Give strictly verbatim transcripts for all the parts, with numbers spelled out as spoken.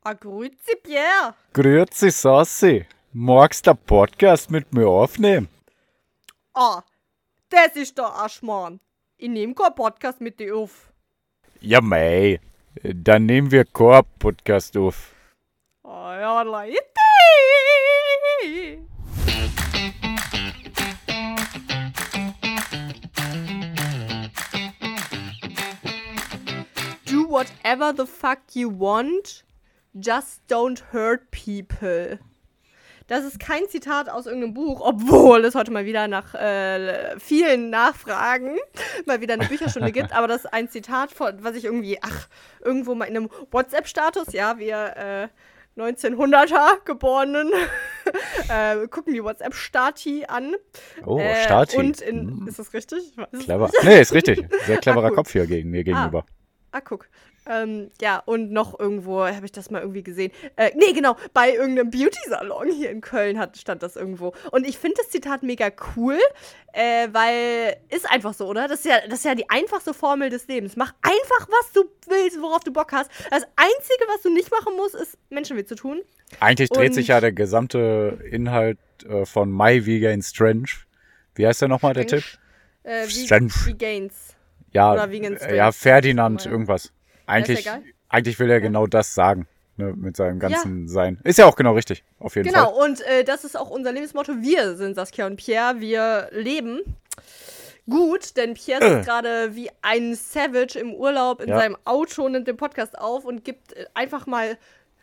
Ah, grüezi, Pierre. Grüezi, Sassi. Magst du den Podcast mit mir aufnehmen? Ah, das ist der Aschmann. Ich nehme keinen Podcast mit dir auf. Ja, mei. Dann nehmen wir keinen Podcast auf. Ah ja, Leute. Do whatever the fuck you want, just don't hurt people. Das ist kein Zitat aus irgendeinem Buch, obwohl es heute mal wieder nach äh, vielen Nachfragen mal wieder eine Bücherstunde gibt. Aber das ist ein Zitat, von, was ich irgendwie, ach, irgendwo mal in einem WhatsApp-Status, ja, wir äh, neunzehnhunderter Geborenen äh, gucken die WhatsApp-Stati an. Oh, äh, Stati. Und in, hm. ist das richtig? Ich weiß es Clever. nicht. Nee, ist richtig. Sehr cleverer Ah, cool. Kopf hier gegen mir gegenüber. Ah, guck. Ähm, ja, und noch irgendwo habe ich das mal irgendwie gesehen. Äh, nee, genau, bei irgendeinem Beauty-Salon hier in Köln hat, stand das irgendwo. Und ich finde das Zitat mega cool, äh, weil ist einfach so, oder? Das ist, ja, das ist ja die einfachste Formel des Lebens. Mach einfach, was du willst, worauf du Bock hast. Das Einzige, was du nicht machen musst, ist Menschenweh zu tun. Eigentlich dreht Und- sich ja der gesamte Inhalt äh, von My Vegan Strange. Wie heißt der nochmal, der Tipp? Äh, wie, Strange. wie Gains. Ja, Oder Vegan Strange. äh, ja, Ferdinand, Ja. irgendwas. Ja, Eigentlich, ist ja geil. eigentlich will er genau das sagen, ne, mit seinem ganzen Sein. Ist ja auch genau richtig, auf jeden Genau, Fall. und äh, das ist auch unser Lebensmotto. Wir sind Saskia und Pierre. Wir leben gut, denn Pierre Äh. sitzt gerade wie ein Savage im Urlaub in Ja. seinem Auto, nimmt den Podcast auf und gibt äh, einfach mal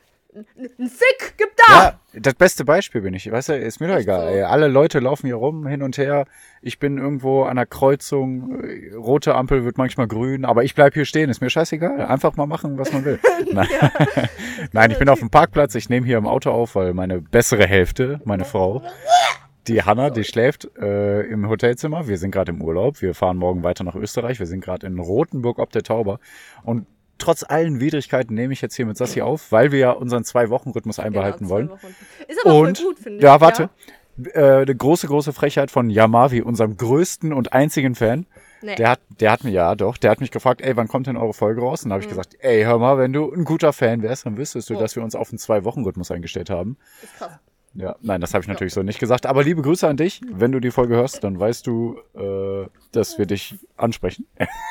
einen Fick, gib da! Ja, das beste Beispiel bin ich. Weißt du, ist mir doch Echt egal. so? Ey, alle Leute laufen hier rum, hin und her. Ich bin irgendwo an der Kreuzung. äh, Rote Ampel wird manchmal grün, aber ich bleib hier stehen. Ist mir scheißegal. Einfach mal machen, was man will. Nein. Nein, ich bin auf dem Parkplatz. Ich nehme hier im Auto auf, weil meine bessere Hälfte, meine Frau, die Hanna, die schläft äh, im Hotelzimmer. Wir sind gerade im Urlaub. Wir fahren morgen weiter nach Österreich. Wir sind gerade in Rothenburg ob der Tauber. Und trotz allen Widrigkeiten nehme ich jetzt hier mit Sassi auf, weil wir ja unseren Zwei-Wochen-Rhythmus einbehalten Genau, wollen. zwei Wochen. Ist aber Und, voll gut, finde ich. ja, warte. Äh, eine große, große Frechheit von Yamavi, unserem größten und einzigen Fan. Nee. Der hat, der hat mich, ja doch, der hat mich gefragt, ey, wann kommt denn eure Folge raus? Und dann habe ich gesagt, ey, hör mal, wenn du ein guter Fan wärst, dann wüsstest du, Oh. dass wir uns auf einen Zwei-Wochen-Rhythmus eingestellt haben. Ist krass. Ja, nein, das habe ich natürlich so nicht gesagt. Aber liebe Grüße an dich. Wenn du die Folge hörst, dann weißt du, äh, dass wir dich ansprechen.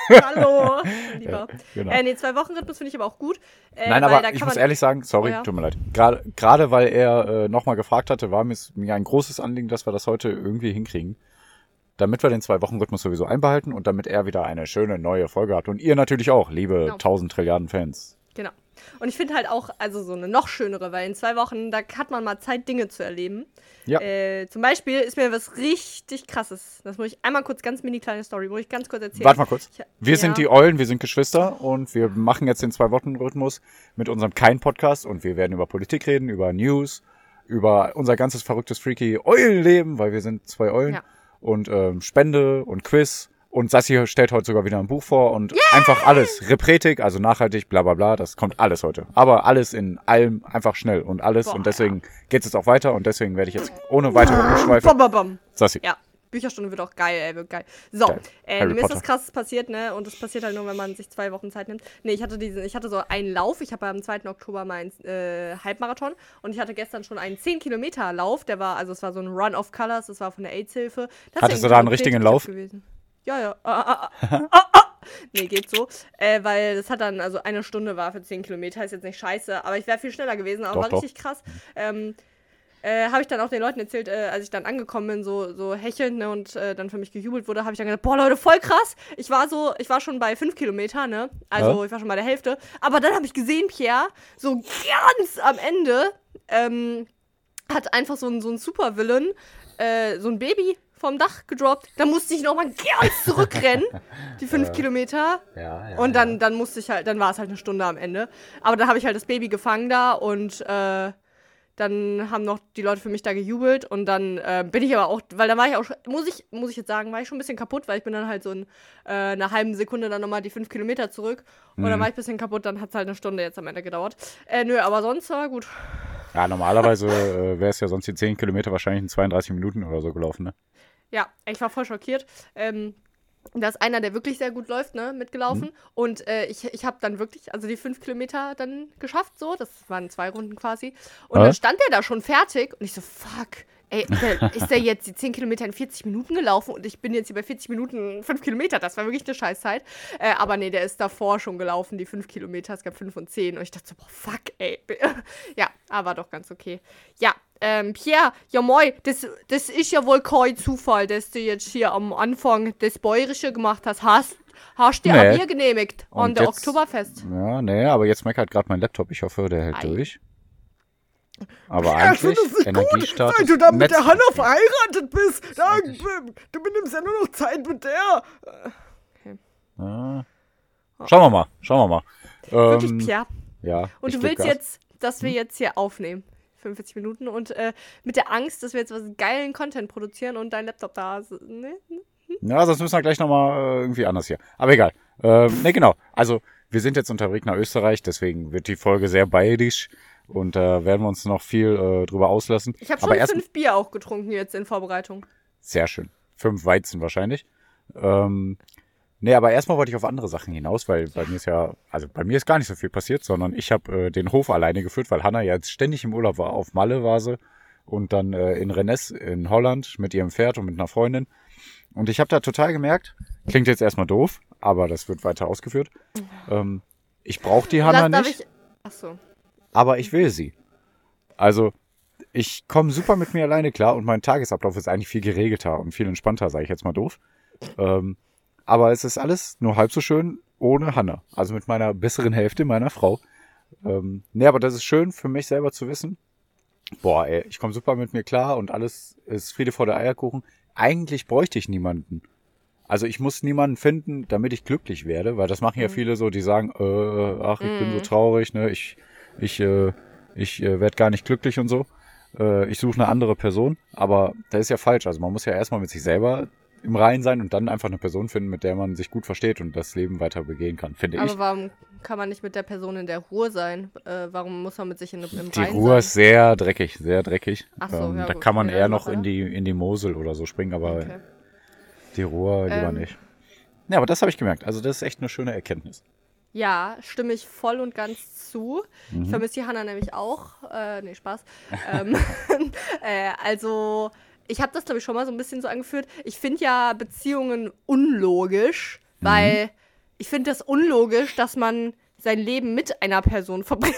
Hallo, lieber. Ja, genau. Äh, nee, zwei Wochen Rhythmus finde ich aber auch gut. Äh, Nein, weil da aber kann ich man, muss ehrlich sagen, sorry, Oh ja. tut mir leid. Gerade, gerade weil er äh, nochmal gefragt hatte, war mir es mir ein großes Anliegen, dass wir das heute irgendwie hinkriegen. Damit wir den Zwei-Wochen-Rhythmus sowieso einbehalten und damit er wieder eine schöne neue Folge hat. Und ihr natürlich auch, liebe Genau. tausend Trilliarden Fans. Genau. Und ich finde halt auch, also so eine noch schönere, weil in zwei Wochen, da hat man mal Zeit, Dinge zu erleben. Ja. Äh, zum Beispiel ist mir was richtig krasses. Das muss ich einmal kurz, ganz mini kleine Story, muss ich ganz kurz erzählen. Warte mal kurz. Ich, Wir ja, sind die Eulen, wir sind Geschwister und wir machen jetzt den Zwei-Wochen-Rhythmus mit unserem Kein-Podcast und wir werden über Politik reden, über News, über unser ganzes verrücktes, freaky Eulenleben, weil wir sind zwei Eulen. Ja. Und ähm, Spende und Quiz. Und Sassi stellt heute sogar wieder ein Buch vor und einfach alles. Repretik, also nachhaltig, bla bla bla, das kommt alles heute. Aber alles in allem einfach schnell und alles. Boah, und deswegen geht es jetzt auch weiter und deswegen werde ich jetzt ohne weitere Umschweife. Bam, bam, bam. Sassi. Ja, Bücherstunde wird auch geil, ey, wird geil. So, Geil. äh, Harry mir ist Potter. was krasses passiert, ne? Und das passiert halt nur, wenn man sich zwei Wochen Zeit nimmt. Nee, ich hatte diesen, ich hatte so einen Lauf. Ich habe am zweiten Oktober meinen äh, Halbmarathon und ich hatte gestern schon einen zehn Kilometer Lauf. Der war, also es war so ein Run of Colors, das war von der AIDS-Hilfe. Das ist Hattest du irgendwie da einen so richtigen kreativ Lauf? gewesen. Ja, ja. Ah, ah, ah, ah, ah. Nee, geht so. Äh, weil das hat dann, also eine Stunde war für zehn Kilometer, ist jetzt nicht scheiße, aber ich wäre viel schneller gewesen, aber Doch, war doch. richtig krass. Ähm, äh, habe ich dann auch den Leuten erzählt, äh, als ich dann angekommen bin, so, so hechelnd, ne, und äh, dann für mich gejubelt wurde, habe ich dann gesagt, boah, Leute, voll krass. Ich war so, ich war schon bei fünf Kilometer, ne, also Ja. ich war schon bei der Hälfte, aber dann habe ich gesehen, Pierre, so ganz am Ende, ähm, hat einfach so ein, so ein Supervillain, äh, so ein Baby vom Dach gedroppt. Da musste ich nochmal ganz zurückrennen, die fünf Kilometer. Ja, ja, Und dann, dann musste ich halt, dann war es halt eine Stunde am Ende. Aber dann habe ich halt das Baby gefangen da und äh, dann haben noch die Leute für mich da gejubelt und dann äh, bin ich aber auch, weil da war ich auch, schon- muss ich, muss ich jetzt sagen, war ich schon ein bisschen kaputt, weil ich bin dann halt so in äh, einer halben Sekunde dann nochmal die fünf Kilometer zurück und dann war ich ein bisschen kaputt, dann hat es halt eine Stunde jetzt am Ende gedauert. Äh, nö, aber sonst war gut. Ja, normalerweise äh, wäre es ja sonst die zehn Kilometer wahrscheinlich in zweiunddreißig Minuten oder so gelaufen, ne? Ja, ich war voll schockiert. Ähm, Da ist einer, der wirklich sehr gut läuft, ne, mitgelaufen. Mhm. Und äh, ich, ich habe dann wirklich, also die fünf Kilometer dann geschafft, so. Das waren zwei Runden quasi. Und Ja. dann stand der da schon fertig. Und ich so, fuck, ey, der, ist der jetzt die zehn Kilometer in vierzig Minuten gelaufen? Und ich bin jetzt hier bei vierzig Minuten fünf Kilometer. Das war wirklich eine Scheißzeit. Äh, aber nee, der ist davor schon gelaufen, die fünf Kilometer. Es gab fünf und zehn. Und ich dachte so, boah, fuck, ey. Ja, aber doch ganz okay. Ja, Ähm, Pierre, ja moi, das, das ist ja wohl kein Zufall, dass du jetzt hier am Anfang das Bäuerische gemacht hast. Hast, hast dir Nee. ein Bier genehmigt an Und der jetzt- Oktoberfest? Ja, nee, aber jetzt meckert gerade mein Laptop. Ich hoffe, der hält Ei. durch. Aber Ja, ich find eigentlich, das nicht Energiestatus. Seit du da mit der Netz- Hanna verheiratet bist, da, eigentlich- du benimmst ja nur noch Zeit mit der. Ja. Schauen wir mal, schauen wir mal. Wirklich, Ähm, Pierre. Ja. Und ich du geb willst Gas. jetzt, dass wir Hm? jetzt hier aufnehmen. fünfundvierzig Minuten und äh, mit der Angst, dass wir jetzt was geilen Content produzieren und dein Laptop da ist. Ne? Ja, sonst müssen wir gleich nochmal äh, irgendwie anders hier. Aber egal. Ähm, ne, genau. Also, wir sind jetzt unterwegs nach Österreich, deswegen wird die Folge sehr bayerisch und da äh, werden wir uns noch viel äh, drüber auslassen. Ich habe Aber schon erst fünf Bier auch getrunken jetzt in Vorbereitung. sehr schön. Fünf Weizen wahrscheinlich. Ähm, nee, aber erstmal wollte ich auf andere Sachen hinaus, weil bei mir ist ja, also bei mir ist gar nicht so viel passiert, sondern ich habe äh, den Hof alleine geführt, weil Hanna ja jetzt ständig im Urlaub war. Auf Malle war sie und dann äh, in Rennes in Holland mit ihrem Pferd und mit einer Freundin. Und ich habe da total gemerkt, klingt jetzt erstmal doof, aber das wird weiter ausgeführt. Ähm, ich brauche die Hanna Lass, darf nicht, ich. Achso. aber ich will sie. Also ich komme super mit mir alleine klar und mein Tagesablauf ist eigentlich viel geregelter und viel entspannter, sage ich jetzt mal doof. Ähm, aber es ist alles nur halb so schön ohne Hanna, also mit meiner besseren Hälfte, meiner Frau. Ähm, nee, aber das ist schön für mich selber zu wissen. Boah, ey, ich komme super mit mir klar und alles ist Friede vor der Eierkuchen. Eigentlich bräuchte ich niemanden. Also ich muss niemanden finden, damit ich glücklich werde, weil das machen ja viele so, die sagen, äh, ach, ich bin so traurig, ne, ich, ich, äh, ich äh, werde gar nicht glücklich und so. Äh, ich suche eine andere Person, aber das ist ja falsch. Also man muss ja erstmal mit sich selber im Reinen sein und dann einfach eine Person finden, mit der man sich gut versteht und das Leben weiter begehen kann, finde ich. Aber warum kann man nicht mit der Person in der Ruhe sein? Äh, warum muss man mit sich in, im Die Reinen Ruhr sein? ist sehr dreckig, sehr dreckig. Ach so, ähm, ja, da gut. kann man Ja, eher dann noch mach in er. die, in die Mosel oder so springen, aber Okay. die Ruhr lieber Ähm. nicht. Ja, aber das habe ich gemerkt. Also das ist echt eine schöne Erkenntnis. Ja, stimme ich voll und ganz zu. Mhm. Ich vermisse die Hanna nämlich auch. Äh, nee, Spaß. ähm, äh, also, ich habe das, glaube ich, schon mal so ein bisschen so angeführt. Ich finde ja Beziehungen unlogisch, Mhm. weil ich finde das unlogisch, dass man sein Leben mit einer Person verbringt,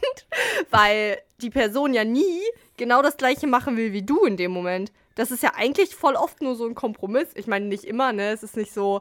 weil die Person ja nie genau das Gleiche machen will wie du in dem Moment. Das ist ja eigentlich voll oft nur so ein Kompromiss. Ich meine, nicht immer, ne? Es ist nicht so.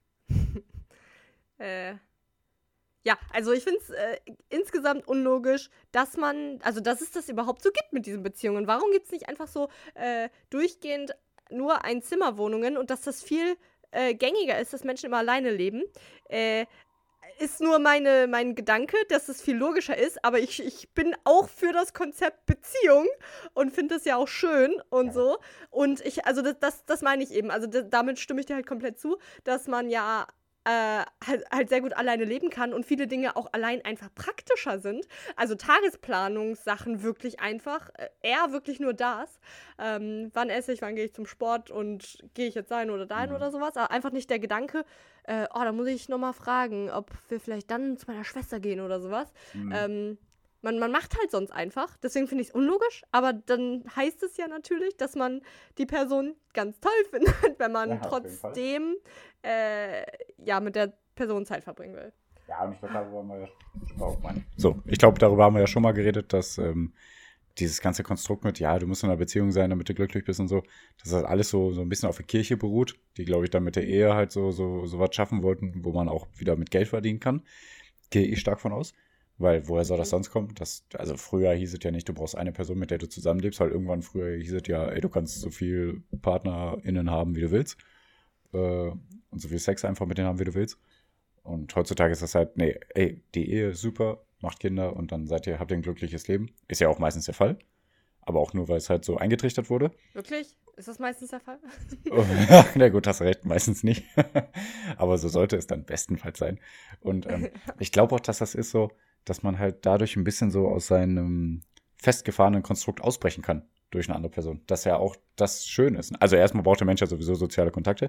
äh. Ja, also ich finde es äh, insgesamt unlogisch, dass man, also dass es das überhaupt so gibt mit diesen Beziehungen. Warum gibt es nicht einfach so äh, durchgehend nur Einzimmerwohnungen und dass das viel äh, gängiger ist, dass Menschen immer alleine leben? Äh, ist nur meine, mein Gedanke, dass es viel logischer ist, aber ich, ich bin auch für das Konzept Beziehung und finde das ja auch schön und so. Und ich, also das, das, das meine ich eben, also d- damit stimme ich dir halt komplett zu, dass man ja äh, halt, halt sehr gut alleine leben kann und viele Dinge auch allein einfach praktischer sind. Also Tagesplanungssachen wirklich einfach, äh, eher wirklich nur das. Ähm, wann esse ich, wann gehe ich zum Sport und gehe ich jetzt dahin oder dahin Mhm. oder sowas. Aber einfach nicht der Gedanke, äh, oh, da muss ich nochmal fragen, ob wir vielleicht dann zu meiner Schwester gehen oder sowas. Mhm. Ähm, man, man macht halt sonst einfach. Deswegen finde ich es unlogisch. Aber dann heißt es ja natürlich, dass man die Person ganz toll findet, wenn man Ja, auf jeden Fall. trotzdem äh, ja, mit der Person Zeit verbringen will. Ja, und ich glaube, darüber haben wir ja oh, Mann. So, ich glaube, darüber haben wir ja schon mal geredet, dass ähm, dieses ganze Konstrukt mit, ja, du musst in einer Beziehung sein, damit du glücklich bist und so, dass das alles so, so ein bisschen auf der Kirche beruht, die, glaube ich, dann mit der Ehe halt so, so, so was schaffen wollten, wo man auch wieder mit Geld verdienen kann. Gehe ich stark von aus. Weil woher soll das sonst kommen? Das, also früher hieß es ja nicht, du brauchst eine Person, mit der du zusammenlebst, weil irgendwann früher hieß es ja, ey, du kannst so viel PartnerInnen haben, wie du willst. Äh, und so viel Sex einfach mit denen haben, wie du willst. Und heutzutage ist das halt, nee, ey, die Ehe ist super, macht Kinder und dann seid ihr, habt ihr ein glückliches Leben. Ist ja auch meistens der Fall. Aber auch nur, weil es halt so eingetrichtert wurde. Wirklich? Ist das meistens der Fall? Oh, na gut, hast recht, meistens nicht. Aber so sollte es dann bestenfalls sein. Und ähm, ich glaube auch, dass das ist so, dass man halt dadurch ein bisschen so aus seinem festgefahrenen Konstrukt ausbrechen kann durch eine andere Person. Das ja auch das Schöne ist. Also erstmal braucht der Mensch ja sowieso soziale Kontakte,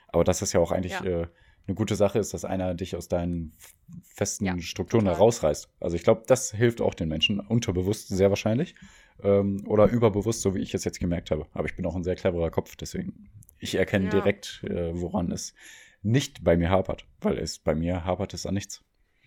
Aber dass das ja auch eigentlich Ja. äh, eine gute Sache ist, dass einer dich aus deinen f- festen Ja, Strukturen da total. rausreißt. Also ich glaube, das hilft auch den Menschen, unterbewusst sehr wahrscheinlich. Ähm, oder überbewusst, so wie ich es jetzt gemerkt habe. Aber ich bin auch ein sehr cleverer Kopf, deswegen ich erkenne Ja. direkt, äh, woran es nicht bei mir hapert. Weil es bei mir hapert es an nichts.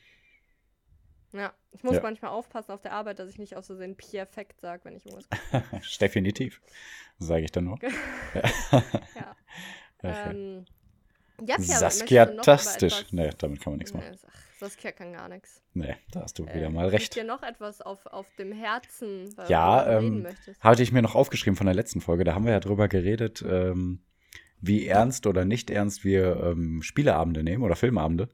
Ja, ich muss Ja. manchmal aufpassen auf der Arbeit, dass ich nicht aus Versehen perfekt sage, wenn ich irgendwas. Definitiv, sage ich dann nur. Ja. Okay. ähm, ja, Pia, möchtest du noch über Saskiatastisch. etwas- Nee, damit kann man nichts machen. Nee, ach, Saskia kann gar nichts. Nee, da hast du Äh, wieder mal Liegt recht. dir noch etwas auf, auf dem Herzen, worüber Ja, du reden ähm, möchtest? hatte ich mir noch aufgeschrieben von der letzten Folge. Da haben wir ja drüber geredet, ähm, wie ernst oder nicht ernst wir ähm, Spieleabende nehmen oder Filmabende.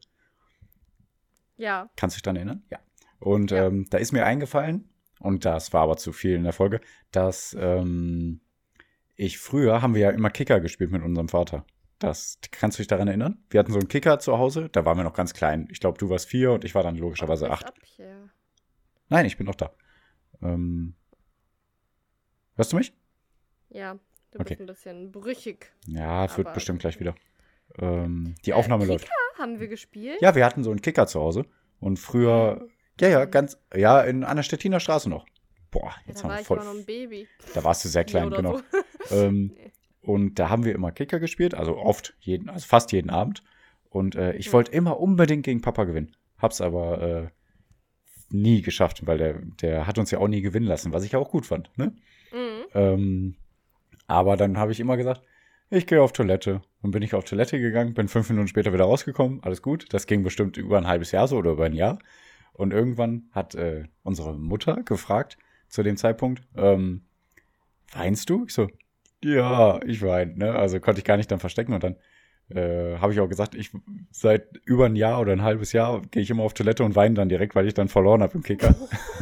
Ja, Kannst du dich daran erinnern? Ja. Und Ja. ähm, da ist mir eingefallen, und das war aber zu viel in der Folge, dass ähm, ich früher, haben wir ja immer Kicker gespielt mit unserem Vater. Das, kannst du dich daran erinnern? Wir hatten so einen Kicker zu Hause, da waren wir noch ganz klein. Ich glaube, du warst vier und ich war dann logischerweise brich acht. ab hier. Nein, ich bin noch da. Ähm, hörst du mich? Ja, du Okay. bist ein bisschen brüchig. Ja, es wird Aber- bestimmt gleich wieder. Ähm, die Äh, Aufnahme Kicker? läuft. Haben wir gespielt? Ja, wir hatten so einen Kicker zu Hause. Und früher, ja, ja, ganz, ja, in, an der Stettiner Straße noch. Boah, Ja, jetzt da haben war wir ich voll. aber noch ein Baby. Da warst du sehr klein, Oder genau. so. Ähm, Nee. und da haben wir immer Kicker gespielt, also oft, jeden, also fast jeden Abend. Und äh, ich Ja. wollte immer unbedingt gegen Papa gewinnen. Hab's aber äh, nie geschafft, weil der, der hat uns ja auch nie gewinnen lassen, was ich auch gut fand. Ne? Mhm. Ähm, aber dann habe ich immer gesagt, ich gehe auf Toilette. Dann bin ich auf Toilette gegangen, bin fünf Minuten später wieder rausgekommen, alles gut. Das ging bestimmt über ein halbes Jahr so oder über ein Jahr. Und irgendwann hat äh, unsere Mutter gefragt, zu dem Zeitpunkt, ähm, weinst du? Ich so, ja, ich weine, ne? Also konnte ich gar nicht dann verstecken. Und dann äh, habe ich auch gesagt, ich seit über ein Jahr oder ein halbes Jahr gehe ich immer auf Toilette und weine dann direkt, weil ich dann verloren habe im Kicker.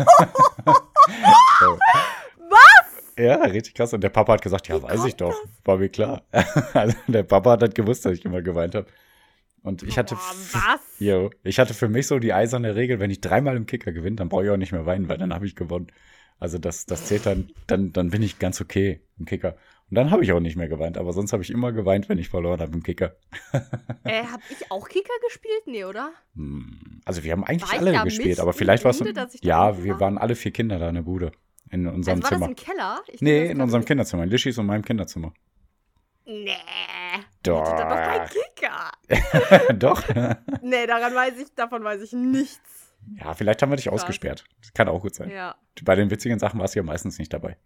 So. Ja, richtig krass. Und der Papa hat gesagt, ja, Wie weiß ich kommt doch. War mir klar. Also der Papa hat halt gewusst, dass ich immer geweint habe. Und ich hatte, Boah, f- was? jo, ich hatte für mich so die eiserne Regel, wenn ich dreimal im Kicker gewinne, dann brauche ich auch nicht mehr weinen, weil dann habe ich gewonnen. Also das, das zählt dann, dann, dann bin ich ganz okay im Kicker. Und dann habe ich auch nicht mehr geweint. Aber sonst habe ich immer geweint, wenn ich verloren habe im Kicker. Äh, hab ich auch Kicker gespielt? Nee, oder? Hm, Also wir haben eigentlich War ich alle da gespielt, mit aber in vielleicht war es. Bude, dass ich da Ja, unten wir war? waren alle vier Kinder da in der Bude. In unserem Also war Zimmer. das im Keller? Ich Nee, das in kann unserem nicht- Kinderzimmer. In Lischis und meinem Kinderzimmer. Nee. Doch. Ich hatte da doch keinen Kicker. Doch. Nee, daran weiß ich, davon weiß ich nichts. Ja, vielleicht haben wir dich Krass. ausgesperrt. Das kann auch gut sein. Ja. Bei den witzigen Sachen warst du ja meistens nicht dabei.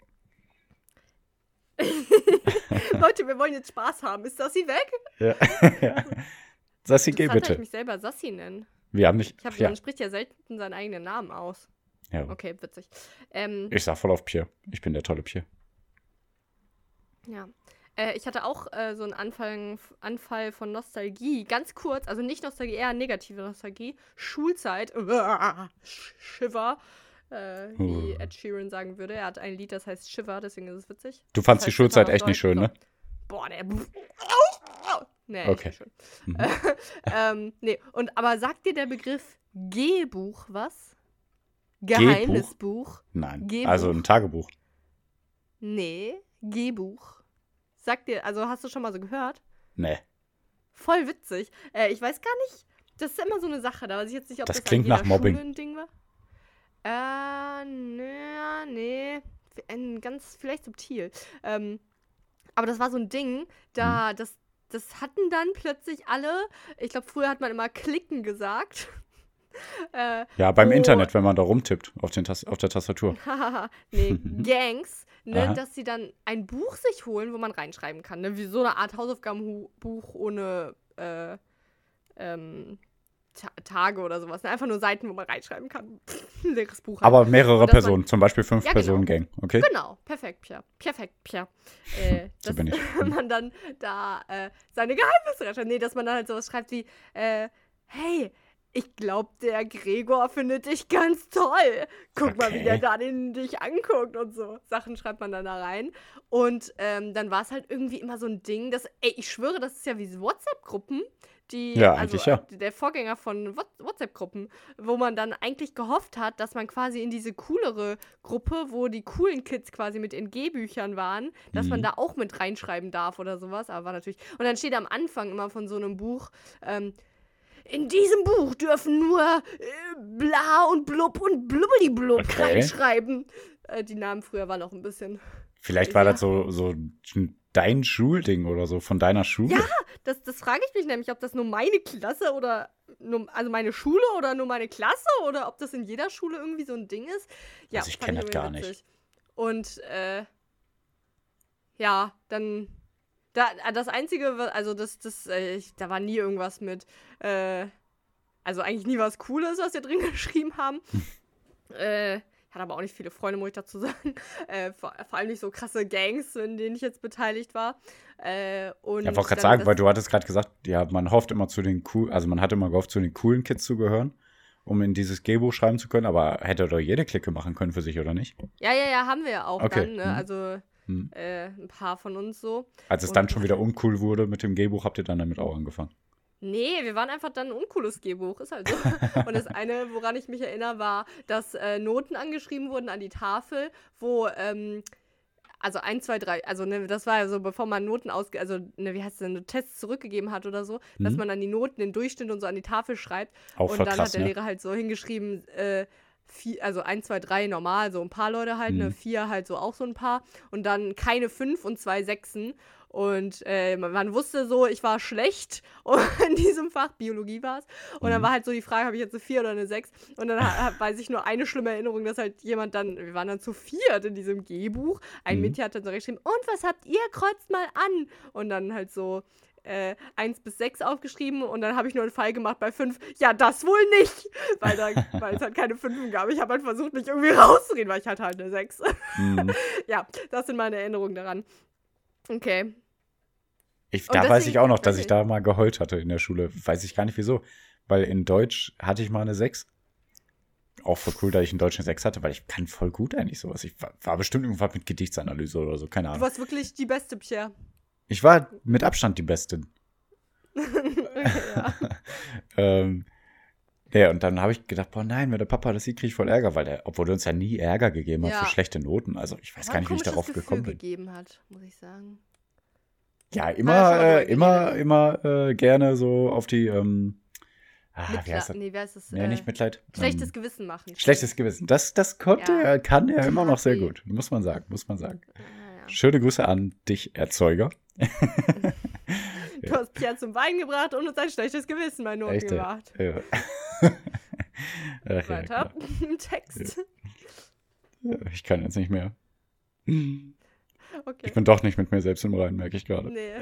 Leute, wir wollen jetzt Spaß haben. Ist Sassi weg? Ja. ja. Sassi, geh Interessant, dass ich bitte. mich selber Sassi nenne. Wir haben nicht. Ich hab, Ja. Man spricht ja selten seinen eigenen Namen aus. ja. Okay, witzig. Ähm, Ich sag voll auf Pierre. Ich bin der tolle Pierre. ja. Äh, ich hatte auch äh, so einen Anfall, Anfall von Nostalgie. Ganz kurz, also nicht Nostalgie, eher negative Nostalgie. Schulzeit. Shiver. Äh, wie Uh. Ed Sheeran sagen würde. Er hat ein Lied, das heißt Shiver, deswegen ist es witzig. Du fandst Das die heißt Schulzeit Shiver auf echt nicht schön, Deutsch. ne? So. Boah, der. Nee, Okay. nicht schön. Mhm. ähm, nee, und aber sagt dir der Begriff Gehbuch was? Geheimnisbuch? Nein. Gehbuch. Also ein Tagebuch. Nee, Gehbuch. Sagt dir, also hast du schon mal so gehört? Nee. Voll witzig. Äh, ich weiß gar nicht, das ist immer so eine Sache, da weiß ich jetzt nicht, ob Das das, klingt an jeder nach Mobbing. Schule ein Ding war. Äh, nee, nee. Ein ganz, vielleicht subtil. Ähm, aber das war so ein Ding, da, das, das hatten dann plötzlich alle, ich glaube, früher hat man immer Klicken gesagt. äh, Ja, beim Oh. Internet, wenn man da rumtippt auf, den Tas auf der Tastatur. Hahaha, nee, Gangs, ne, Aha. dass sie dann ein Buch sich holen, wo man reinschreiben kann, ne, wie so eine Art Hausaufgabenbuch ohne äh, ähm, Ta Tage oder sowas, ne, einfach nur Seiten, wo man reinschreiben kann. Ein leeres Buch. halt. Aber mehrere Und dass man- Personen, zum Beispiel fünf Ja, genau. Personen Gang, okay? Genau, perfekt, Pierre. Perfekt, Pierre. Äh, So dass bin ich. man dann da äh, seine Geheimnisse reinschreibt. Nee, dass man dann halt sowas schreibt wie, äh, hey, ich glaube, der Gregor findet dich ganz toll. Guck mal, wie Okay. der da den, dich anguckt und so. Sachen schreibt man dann da rein. Und ähm, dann war es halt irgendwie immer so ein Ding, dass, ey, ich schwöre, das ist ja wie WhatsApp-Gruppen, die, Ja, also eigentlich ja. äh, der Vorgänger von What- WhatsApp-Gruppen, wo man dann eigentlich gehofft hat, dass man quasi in diese coolere Gruppe, wo die coolen Kids quasi mit in G-Büchern waren, dass man Mhm. da auch mit reinschreiben darf oder sowas, aber war natürlich, und dann steht am Anfang immer von so einem Buch, ähm, in diesem Buch dürfen nur äh, bla und blub und blubbeli-blub Okay. reinschreiben. Äh, die Namen früher waren auch ein bisschen. Vielleicht war Ja. das so, so dein Schulding oder so von deiner Schule. Ja, das, das frage ich mich nämlich, ob das nur meine Klasse oder nur, also meine Schule oder nur meine Klasse oder ob das in jeder Schule irgendwie so ein Ding ist. Ja, Also ich fand kenn das irgendwie gar nicht. witzig. Und äh, ja, dann da, das Einzige, wa- also das, das, äh, ich, da war nie irgendwas mit, äh, also eigentlich nie was Cooles, was wir drin geschrieben haben. äh, Ich hatte aber auch nicht viele Freunde, muss ich dazu sagen. Äh, vor, vor allem nicht so krasse Gangs, in denen ich jetzt beteiligt war. Äh, und Ja, wollte gerade dann sagen, das- weil du hattest gerade gesagt, ja, man hofft immer zu den cool, also man hat immer gehofft, zu den coolen Kids zu gehören, um in dieses G-Buch schreiben zu können, aber hätte doch jede Clique machen können für sich, oder nicht? Ja, ja, ja, haben wir ja auch Okay, dann, ne? mhm. Also Hm. äh, ein paar von uns so. Als es Und- dann schon wieder uncool wurde mit dem G-Buch, habt ihr dann damit auch angefangen. Nee, wir waren einfach dann ein uncooles Gehbuch, ist halt so. Und das eine, woran ich mich erinnere, war, dass äh, Noten angeschrieben wurden an die Tafel, wo, ähm, also eins, zwei, drei, also ne, das war ja so, bevor man Noten ausge... also ne, wie heißt es denn, Tests zurückgegeben hat oder so, dass Mhm. man dann die Noten, den Durchschnitt und so an die Tafel schreibt. Auch Und voll dann krass, hat der ne? Lehrer halt so hingeschrieben, äh, vier, also eins, zwei, drei normal, so ein paar Leute halt, ne, Mhm. vier halt so auch so ein paar. Und dann keine fünf und zwei Sechsen. Und äh, man, man wusste so, ich war schlecht in diesem Fach, Biologie war es. Und dann Mhm. war halt so die Frage, habe ich jetzt eine vier oder eine sechs? Und dann ha- ha- weiß ich nur eine schlimme Erinnerung, dass halt jemand dann, wir waren dann zu viert in diesem G-Buch. Ein Mhm. Mädchen hat dann so geschrieben, und was habt ihr? Kreuzt mal an. Und dann halt so äh, eins bis sechs aufgeschrieben und dann habe ich nur einen Fall gemacht bei fünf. Ja, das wohl nicht, weil, da, weil es halt keine fünfen gab. Ich habe halt versucht, mich irgendwie rauszureden, weil ich hatte halt eine sechs. Mhm. Ja, das sind meine Erinnerungen daran. Okay. Ich, Und da weiß deswegen- ich auch noch, dass weiß ich ich. da mal geheult hatte in der Schule. Weiß ich gar nicht wieso. Weil in Deutsch hatte ich mal eine sechs. Auch voll cool, dass ich in Deutsch eine sechs hatte, weil ich kann voll gut eigentlich sowas. Ich war, war bestimmt irgendwas mit Gedichtsanalyse oder so, keine Du Ahnung. warst wirklich die beste, Pierre. Ich war mit Abstand die Beste. Okay, ja. ähm, ja, und dann habe ich gedacht, boah nein, wenn der Papa das sieht, kriege ich voll Ärger, weil der, obwohl der uns ja nie Ärger gegeben hat Ja. für schlechte Noten. Also ich weiß Aber gar ein nicht, wie ich komisches darauf Gefühl gekommen bin. gegeben hat, muss ich sagen. Ja, schon immer, mal äh, drüber immer, geredet. immer äh, gerne so auf die, ähm, ah, wie Mitla heißt das? nee, wie heißt das? Nee, äh, nicht Mitleid. Schlechtes ähm, Gewissen machen. Schlechtes Gewissen. Das, das konnte Ja. er, kann er immer noch sehr Kaffee. gut. Muss man sagen, muss man sagen. Ja, ja. Schöne Grüße an dich, Erzeuger. Du hast Pierre zum Wein gebracht und uns ein schlechtes Gewissen bei Noten Echt, ey. gemacht. Ja. Ach, ja, Weiter klar. im Text. Ja, ich kann jetzt nicht mehr. Ich Okay. bin doch nicht mit mir selbst im Reinen, merke ich gerade. Nee.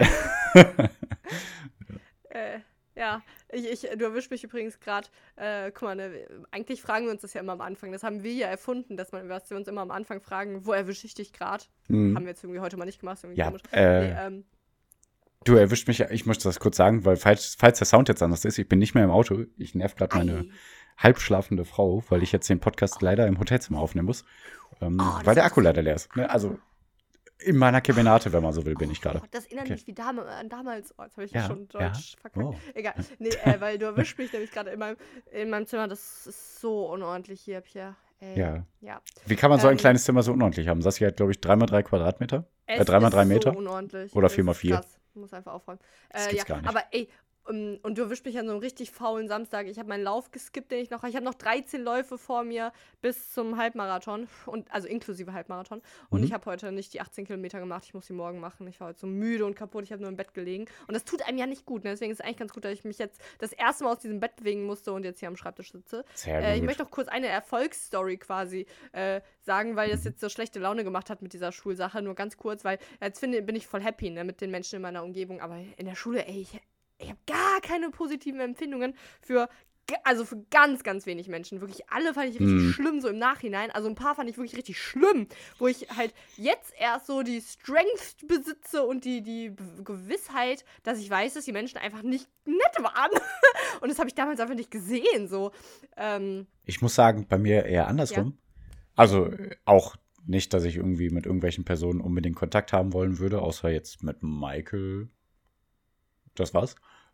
äh, ja, ich, ich, du erwischst mich übrigens gerade, äh, guck mal, ne, eigentlich fragen wir uns das ja immer am Anfang. Das haben wir ja erfunden, dass, man, dass wir uns immer am Anfang fragen, wo erwische ich dich gerade? Mhm. Haben wir jetzt irgendwie heute mal nicht gemacht, ist irgendwie Ja, komisch. äh, Nee, ähm, du erwischt mich, ich möchte das kurz sagen, weil falls, falls der Sound jetzt anders ist, ich bin nicht mehr im Auto. Ich nerv gerade meine ei. halbschlafende Frau, weil ich jetzt den Podcast leider im Hotelzimmer aufnehmen muss. Ähm, Oh, das weil der ist- Akku leider leer ist. Ne? Also in meiner Kemenate, wenn man so will, bin ich gerade. Oh, das erinnert Okay. mich wie dam an damals. Oh, jetzt habe ich Ja, schon ja. Deutsch verkackt. Oh. Egal. Nee, äh, weil du erwischst mich nämlich gerade in meinem, in meinem Zimmer. Das ist so unordentlich hier, Pierre. Ey. Ja. Ja. Wie kann man so ein Ähm, kleines Zimmer so unordentlich haben? Saskia hat, glaube ich, drei mal drei Quadratmeter. Es Äh, drei mal drei ist Meter? So unordentlich. Oder Es vier mal ist vier? Krass. Ich muss einfach aufräumen. Das Äh, gibt's ja, gar nicht. aber ey, um, und du erwischst mich an so einem richtig faulen Samstag. Ich habe meinen Lauf geskippt, den ich noch. Ich habe noch dreizehn Läufe vor mir bis zum Halbmarathon. Und, also inklusive Halbmarathon. Und Mhm. ich habe heute nicht die achtzehn Kilometer gemacht. Ich muss sie morgen machen. Ich war heute so müde und kaputt. Ich habe nur im Bett gelegen. Und das tut einem ja nicht gut. Ne? Deswegen ist es eigentlich ganz gut, dass ich mich jetzt das erste Mal aus diesem Bett bewegen musste und jetzt hier am Schreibtisch sitze. Sehr Äh, ich gut. möchte noch kurz eine Erfolgsstory quasi äh, sagen, weil das jetzt so schlechte Laune gemacht hat mit dieser Schulsache. Nur ganz kurz, weil jetzt finde, bin ich voll happy ne, mit den Menschen in meiner Umgebung. Aber in der Schule, ey, ich, ich habe gar keine positiven Empfindungen für, ge- also für ganz, ganz wenig Menschen. Wirklich alle fand ich richtig Mhm. schlimm, so im Nachhinein. Also ein paar fand ich wirklich richtig schlimm, wo ich halt jetzt erst so die Strength besitze und die, die B- Gewissheit, dass ich weiß, dass die Menschen einfach nicht nett waren. Und das habe ich damals einfach nicht gesehen, so. Ähm, Ich muss sagen, bei mir eher andersrum. Also äh, auch nicht, dass ich irgendwie mit irgendwelchen Personen unbedingt Kontakt haben wollen würde, außer jetzt mit Michael. Das war's.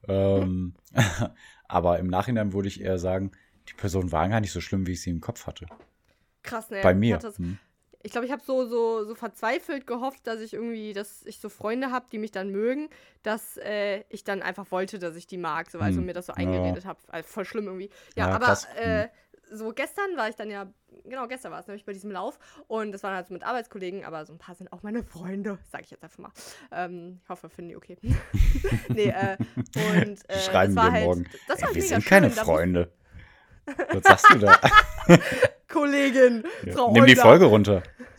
Ähm, aber im Nachhinein würde ich eher sagen, die Person war gar nicht so schlimm, wie ich sie im Kopf hatte. Krass, ne? Bei Ich mir. hatte das- Hm. Ich glaube, ich habe so, so, so verzweifelt gehofft, dass ich irgendwie, dass ich so Freunde habe, die mich dann mögen, dass äh, ich dann einfach wollte, dass ich die mag. So, also Hm. mir das so Ja. eingeredet habe. Also voll schlimm irgendwie. Ja, Ja, aber krass. äh, so gestern war ich dann ja, genau, gestern war es nämlich bei diesem Lauf. Und das waren halt so mit Arbeitskollegen, aber so ein paar sind auch meine Freunde, sage ich jetzt einfach mal. Ähm, ich hoffe, finden die okay. nee, äh, und Die äh, schreiben das war wir halt, morgen. das war Ey, wir mega sind schön. keine Da muss- Freunde. Was sagst du da? Kollegin, Frau Nimm die Euler. Folge runter.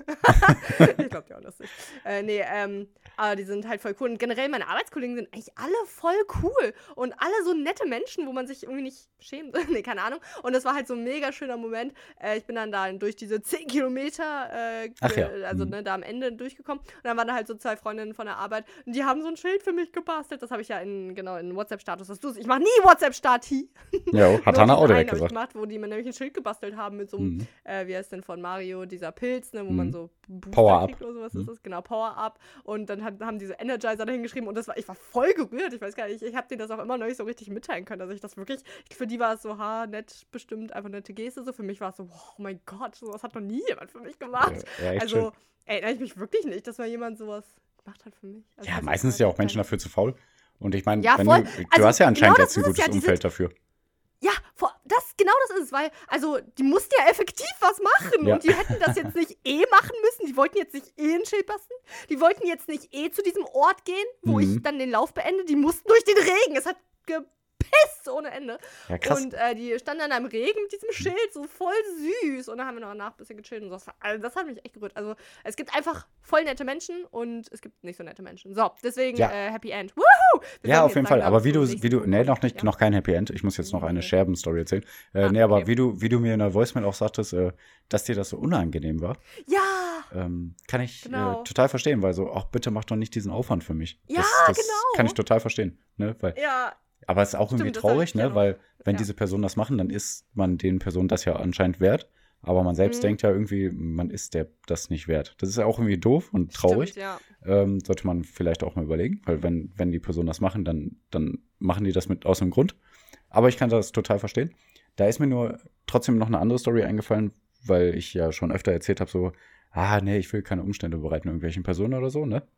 Ich glaube ja auch lustig. Äh, nee, ähm, aber die sind halt voll cool. Und generell, meine Arbeitskollegen sind eigentlich alle voll cool. Und alle so nette Menschen, wo man sich irgendwie nicht schämt. nee, keine Ahnung. Und das war halt so ein mega schöner Moment. Äh, ich bin dann da durch diese zehn Kilometer, äh, Ach ja. also Mhm. ne, da am Ende durchgekommen. Und dann waren da halt so zwei Freundinnen von der Arbeit. Und die haben so ein Schild für mich gebastelt. Das habe ich ja in, genau, in WhatsApp-Status. Das tust. Ich mache nie WhatsApp-Stati. Ja, hat Nur Hannah diesen auch direkt einen hab ich gesagt. gemacht, wo die mir nämlich ein Schild gebastelt haben mit so einem, Mhm. äh, wie heißt denn von Mario, dieser Pilz, ne, wo man Mhm. so Booster Power-Up. kriegt oder sowas Mhm. ist das, genau, Power-Up. Und dann hat, haben diese Energizer dahin geschrieben und das war, ich war voll gerührt, ich weiß gar nicht, ich habe denen das auch immer noch nicht so richtig mitteilen können, dass ich das wirklich, für die war es so, ha, nett, bestimmt, einfach nette Geste, so, für mich war es so, oh mein Gott, sowas hat noch nie jemand für mich gemacht. Ja, ja, echt also, schön. erinnere ich mich wirklich nicht, dass mal jemand sowas gemacht hat für mich. Also, Ja, das meistens ist sind ja halt auch Menschen kein- dafür zu faul. Und ich meine, Ja, wenn voll. du, du Also, hast ja anscheinend genau jetzt das ein ist es gutes ja, die Umfeld dafür. Ja, vor, das, genau das ist es, weil, also, die mussten ja effektiv was machen Ja. und die hätten das jetzt nicht eh machen müssen, die wollten jetzt nicht eh ein Schild basteln, die wollten jetzt nicht eh zu diesem Ort gehen, wo Mhm. ich dann den Lauf beende, die mussten durch den Regen, es hat gepisst ohne Ende. Ja, krass. Und äh, die standen dann im Regen mit diesem Schild, so voll süß. Und dann haben wir noch danach ein bisschen gechillt und so. Das, war, also das hat mich echt gerührt. Also es gibt einfach voll nette Menschen und es gibt nicht so nette Menschen. So, deswegen Ja. äh, Happy End. Woohoo! Wir Ja, sollten auf jetzt jeden Fall. langsam Aber wie du, zum wie nächsten du, Punkt nee, kommen. noch nicht, Ja. noch kein Happy End. Ich muss jetzt noch eine Okay. Scherben-Story erzählen. Äh, Ah, nee, aber okay. wie du, wie du mir in der Voicemail auch sagtest, äh, dass dir das so unangenehm war, Ja! ähm, kann ich Genau. äh, total verstehen, weil so, ach, bitte mach doch nicht diesen Aufwand für mich. Ja, das, das genau. kann ich total verstehen. Ne? Weil, Ja, aber es ist auch Stimmt, irgendwie das hab traurig, ich ja ne? noch. Weil, wenn Ja. diese Personen das machen, dann ist man den Personen das ja anscheinend wert. Aber man selbst Mhm. denkt ja irgendwie, man ist der das nicht wert. Das ist ja auch irgendwie doof und traurig. stimmt, ja. Ähm, sollte man vielleicht auch mal überlegen, weil wenn, wenn die Personen das machen, dann, dann machen die das mit aus einem Grund. Aber ich kann das total verstehen. Da ist mir nur trotzdem noch eine andere Story eingefallen, weil ich ja schon öfter erzählt habe, so, ah, nee, ich will keine Umstände bereiten irgendwelchen Personen oder so, ne?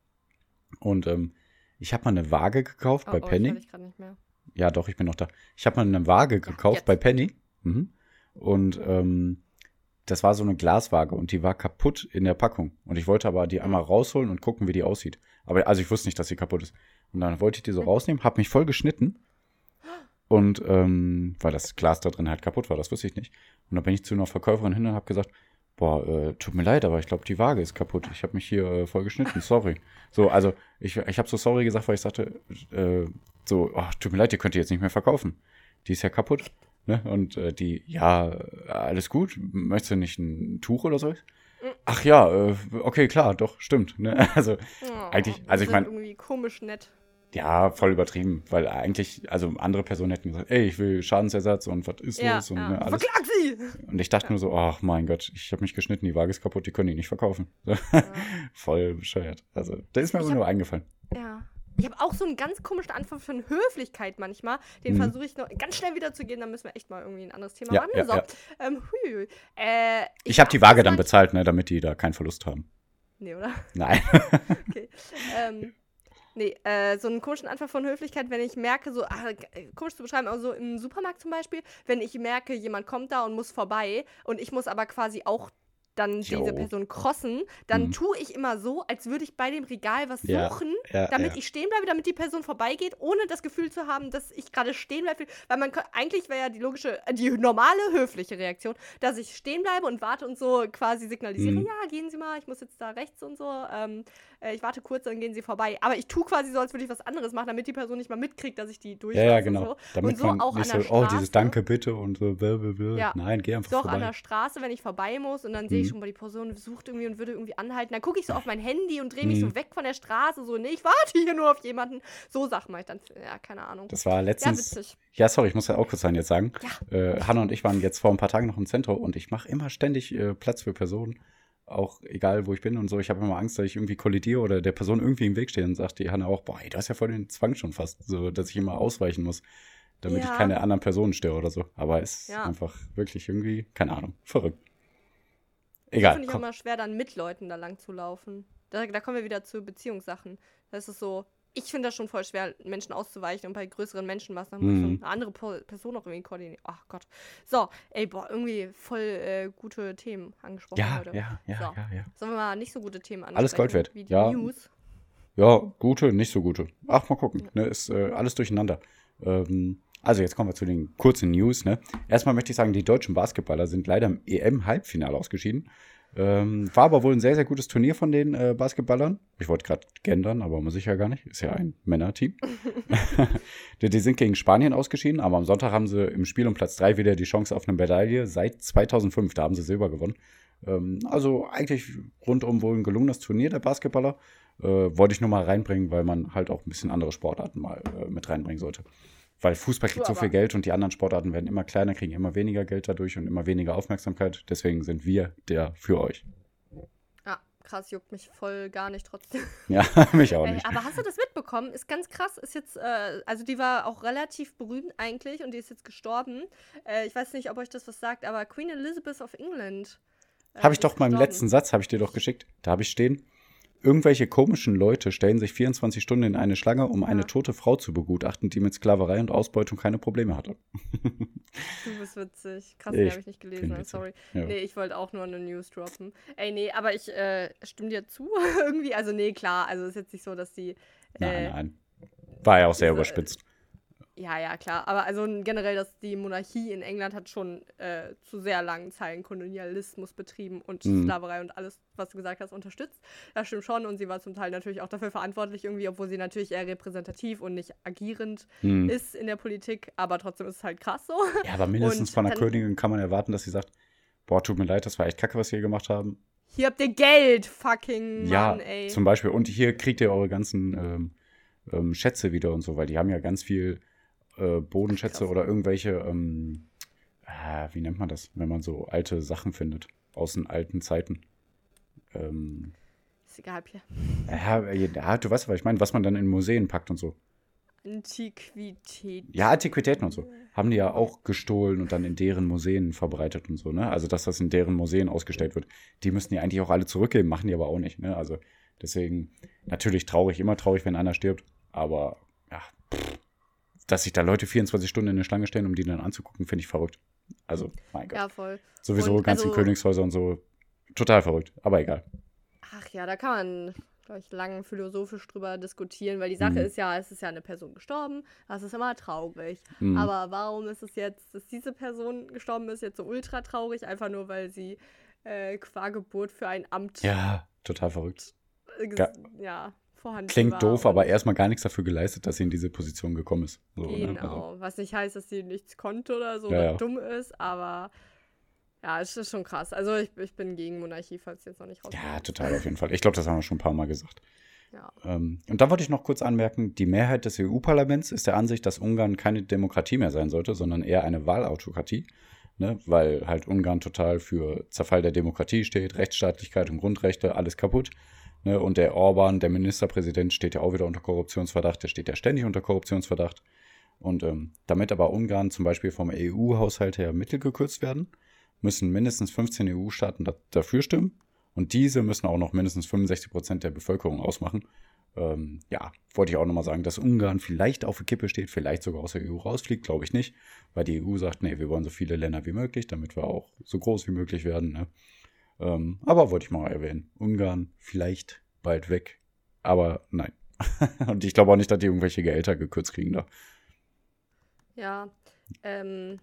Und ähm, ich habe mal eine Waage gekauft Oh, bei oh, ich Penny. höre dich gerade nicht mehr. Ja, doch, ich bin noch da. Ich habe mal eine Waage gekauft jetzt. bei Penny. Mhm. Und ähm, das war so eine Glaswaage und die war kaputt in der Packung. Und ich wollte aber die einmal rausholen und gucken, wie die aussieht. Aber also ich wusste nicht, dass sie kaputt ist. Und dann wollte ich die so rausnehmen, habe mich voll geschnitten. Und ähm, weil das Glas da drin halt kaputt war, das wusste ich nicht. Und dann bin ich zu einer Verkäuferin hin und habe gesagt, boah, äh, tut mir leid, aber ich glaube, die Waage ist kaputt. Ich habe mich hier äh, voll geschnitten, sorry. So, also ich, ich habe so sorry gesagt, weil ich sagte, äh, so, oh, tut mir leid, ihr könnt die jetzt nicht mehr verkaufen. Die ist ja kaputt. Ne? Und äh, die, ja, alles gut, möchtest du nicht ein Tuch oder so? Ach ja, äh, okay, klar, doch, stimmt. Ne? Also Oh, eigentlich, das also ich ist meine, irgendwie komisch nett. ja, voll übertrieben, weil eigentlich, also andere Personen hätten gesagt, ey, ich will Schadensersatz und was ist Ja, los und ja. ne, alles. Verklag sie! Und ich dachte nur so, ach mein Gott, ich habe mich geschnitten, die Waage ist kaputt, die können die nicht verkaufen. So. Voll bescheuert. Also, da ist mir Ich aber hab- nur eingefallen. Ja. Ich habe auch so einen ganz komischen Anfang von Höflichkeit manchmal. Den Mhm. versuche ich noch ganz schnell wieder zu gehen. Dann müssen wir echt mal irgendwie ein anderes Thema Ja, machen. ja, so. ja. Ähm, hui, hui. Äh, Ich habe die darf Waage das dann mal- bezahlt, ne, damit die da keinen Verlust haben. Nee, oder? Nein. Okay. ähm, nee, äh, so einen komischen Anfang von Höflichkeit, wenn ich merke, so, ach, äh, komisch zu beschreiben, aber so im Supermarkt zum Beispiel, wenn ich merke, jemand kommt da und muss vorbei und ich muss aber quasi auch dann Jo. diese Person crossen, dann Mhm. tue ich immer so, als würde ich bei dem Regal was Ja, suchen, ja, damit ja. ich stehen bleibe, damit die Person vorbeigeht, ohne das Gefühl zu haben, dass ich gerade stehen bleibe. Weil man kö- eigentlich wäre ja die logische, äh, die normale höfliche Reaktion, dass ich stehen bleibe und warte und so quasi signalisiere, Mhm. ja, gehen Sie mal, ich muss jetzt da rechts und so, ähm, äh, ich warte kurz, dann gehen Sie vorbei. Aber ich tue quasi so, als würde ich was anderes machen, damit die Person nicht mal mitkriegt, dass ich die Ja, durchlasse. ja, genau. Und so, Damit und so man auch nicht an so, der oh, Straße. dieses Danke bitte und so, bäh, bäh, bäh. Ja. Nein, geh einfach So auch an vorbei. der Straße, wenn ich vorbei muss und dann sehe ich Mhm. schon, boah, die Person sucht irgendwie und würde irgendwie anhalten. Dann gucke ich so auf mein Handy und drehe mich Mhm. so weg von der Straße, so, nee, ich warte hier nur auf jemanden. So Sachen mache ich dann, ja, keine Ahnung. Das war Ja, letztens. witzig. Ja, sorry, ich muss ja auch kurz sein jetzt sagen. Ja. Äh, Hannah und ich waren jetzt vor ein paar Tagen noch im Zentrum und ich mache immer ständig äh, Platz für Personen. auch egal, wo ich bin und so. Ich habe immer Angst, dass ich irgendwie kollidiere oder der Person irgendwie im Weg stehe. Und sagt die Hanna auch, boah, ey, du hast ja voll den Zwang schon fast, so, dass ich immer ausweichen muss, damit Ja. ich keine anderen Personen störe oder so. Aber es ist Ja. einfach wirklich irgendwie, keine Ahnung, verrückt. Das Egal, finde ich auch komm. immer schwer, dann mit Leuten da lang zu laufen. Da, da kommen wir wieder zu Beziehungssachen. Das ist so, ich finde das schon voll schwer, Menschen auszuweichen und bei größeren Menschenmassen muss Mhm. so eine andere Po- Person auch irgendwie koordinieren. Ach Gott. So, ey, boah, irgendwie voll äh, gute Themen angesprochen Ja, heute. ja, ja, So. ja, ja. Sollen wir mal nicht so gute Themen ansprechen? Alles Gold wert. Wie die Ja. News. Ja, gute, nicht so gute. Ach, mal gucken. Ne, ist äh, alles durcheinander. Ähm, also jetzt kommen wir zu den kurzen News. Ne? Erstmal möchte ich sagen, die deutschen Basketballer sind leider im E M-Halbfinale ausgeschieden. Ähm, war aber wohl ein sehr, sehr gutes Turnier von den äh, Basketballern. Ich wollte gerade gendern, aber man sicher gar nicht. Ist ja ein Männerteam. die, die sind gegen Spanien ausgeschieden, aber am Sonntag haben sie im Spiel um Platz drei wieder die Chance auf eine Medaille. Seit zweitausendfünf, da haben sie Silber gewonnen. Ähm, also eigentlich rundum wohl ein gelungenes Turnier der Basketballer. Äh, wollte ich nur mal reinbringen, weil man halt auch ein bisschen andere Sportarten mal äh, mit reinbringen sollte. Weil Fußball kriegt Du, so viel aber- Geld und die anderen Sportarten werden immer kleiner, kriegen immer weniger Geld dadurch und immer weniger Aufmerksamkeit. Deswegen sind wir der für euch. Ah, krass, juckt mich voll gar nicht trotzdem. Ja, mich auch Ey, nicht. aber hast du das mitbekommen? Ist ganz krass. Ist jetzt, äh, also die war auch relativ berühmt eigentlich und die ist jetzt gestorben. Äh, ich weiß nicht, ob euch das was sagt, aber Queen Elizabeth of England. äh, Habe ich die doch ist meinen gestorben. letzten Satz, habe ich dir doch geschickt. Da habe ich stehen. Irgendwelche komischen Leute stellen sich vierundzwanzig Stunden in eine Schlange, um eine Ja. tote Frau zu begutachten, die mit Sklaverei und Ausbeutung keine Probleme hatte. Du bist witzig. Krass, Ich nee, habe ich nicht bin gelesen. witzig. Sorry. Ja. Nee, ich wollte auch nur eine News droppen. Ey, nee, aber ich äh, stimme dir zu irgendwie. Also, nee, klar. Also, ist jetzt nicht so, dass die. Nein, äh, nein. War ja auch sehr diese- überspitzt. Ja, ja, klar. Aber also generell, dass die Monarchie in England hat schon äh, zu sehr langen Zeiten Kolonialismus betrieben und Mhm. Sklaverei und alles, was du gesagt hast, unterstützt. Das stimmt schon. Und sie war zum Teil natürlich auch dafür verantwortlich irgendwie, obwohl sie natürlich eher repräsentativ und nicht agierend Hm. ist in der Politik. Aber trotzdem ist es halt krass so. Ja, aber mindestens Und von einer dann- Königin kann man erwarten, dass sie sagt, boah, tut mir leid, das war echt kacke, was wir hier gemacht haben. Hier habt ihr Geld, fucking Mann, Ja, ey. zum Beispiel. Und hier kriegt ihr eure ganzen ähm, ähm, Schätze wieder und so, weil die haben ja ganz viel äh, Bodenschätze Krass. oder irgendwelche, ähm, ah, wie nennt man das, wenn man so alte Sachen findet aus den alten Zeiten. Ähm, Ist egal, Pierre. ja, ja, du weißt, was ich meine, was man dann in Museen packt und so. Antiquität. Ja, Antiquitäten und so. Haben die ja auch gestohlen und dann in deren Museen verbreitet und so, ne? Also, dass das in deren Museen ausgestellt wird. Die müssten die eigentlich auch alle zurückgeben, machen die aber auch nicht, ne? Also, deswegen, natürlich traurig, immer traurig, wenn einer stirbt. Aber, ja, pff, dass sich da Leute vierundzwanzig Stunden in eine Schlange stellen, um die dann anzugucken, finde ich verrückt. Also, mein Gott. Ja, voll. Sowieso und ganzen also- Königshäuser und so. Total verrückt, aber egal. Ach ja, da kann man, glaube ich, lang philosophisch drüber diskutieren, weil die Sache Mhm. ist ja, es ist ja eine Person gestorben, das ist immer traurig. Mhm. Aber warum ist es jetzt, dass diese Person gestorben ist, jetzt so ultra traurig, einfach nur, weil sie äh, qua Geburt für ein Amt Ja, total verrückt. äh, ges- Ga- ja, vorhanden Klingt war. doof, Und aber erstmal gar nichts dafür geleistet, dass sie in diese Position gekommen ist. So, ne? Genau, Also, was nicht heißt, dass sie nichts konnte oder so Ja, oder ja. dumm ist, aber ja, es ist schon krass. Also ich, ich bin gegen Monarchie, falls jetzt noch nicht raus. ja, total auf jeden Fall. Ich glaube, das haben wir schon ein paar Mal gesagt. Ja. Ähm, und dann wollte ich noch kurz anmerken, die Mehrheit des E U-Parlaments ist der Ansicht, dass Ungarn keine Demokratie mehr sein sollte, sondern eher eine Wahlautokratie, ne? Weil halt Ungarn total für Zerfall der Demokratie steht, Rechtsstaatlichkeit und Grundrechte, alles kaputt. Ne? Und der Orban, der Ministerpräsident, steht ja auch wieder unter Korruptionsverdacht, der steht ja ständig unter Korruptionsverdacht. Und ähm, damit aber Ungarn zum Beispiel vom E U-Haushalt her Mittel gekürzt werden, müssen mindestens fünfzehn E U-Staaten da, dafür stimmen. Und diese müssen auch noch mindestens fünfundsechzig Prozent der Bevölkerung ausmachen. Ähm, ja, wollte ich auch nochmal sagen, dass Ungarn vielleicht auf der Kippe steht, vielleicht sogar aus der E U rausfliegt, glaube ich nicht. Weil die E U sagt, nee, wir wollen so viele Länder wie möglich, damit wir auch so groß wie möglich werden. Ne? Ähm, aber wollte ich mal erwähnen. Ungarn vielleicht bald weg. Aber nein. Und ich glaube auch nicht, dass die irgendwelche Gehälter gekürzt kriegen da. Ja, ähm,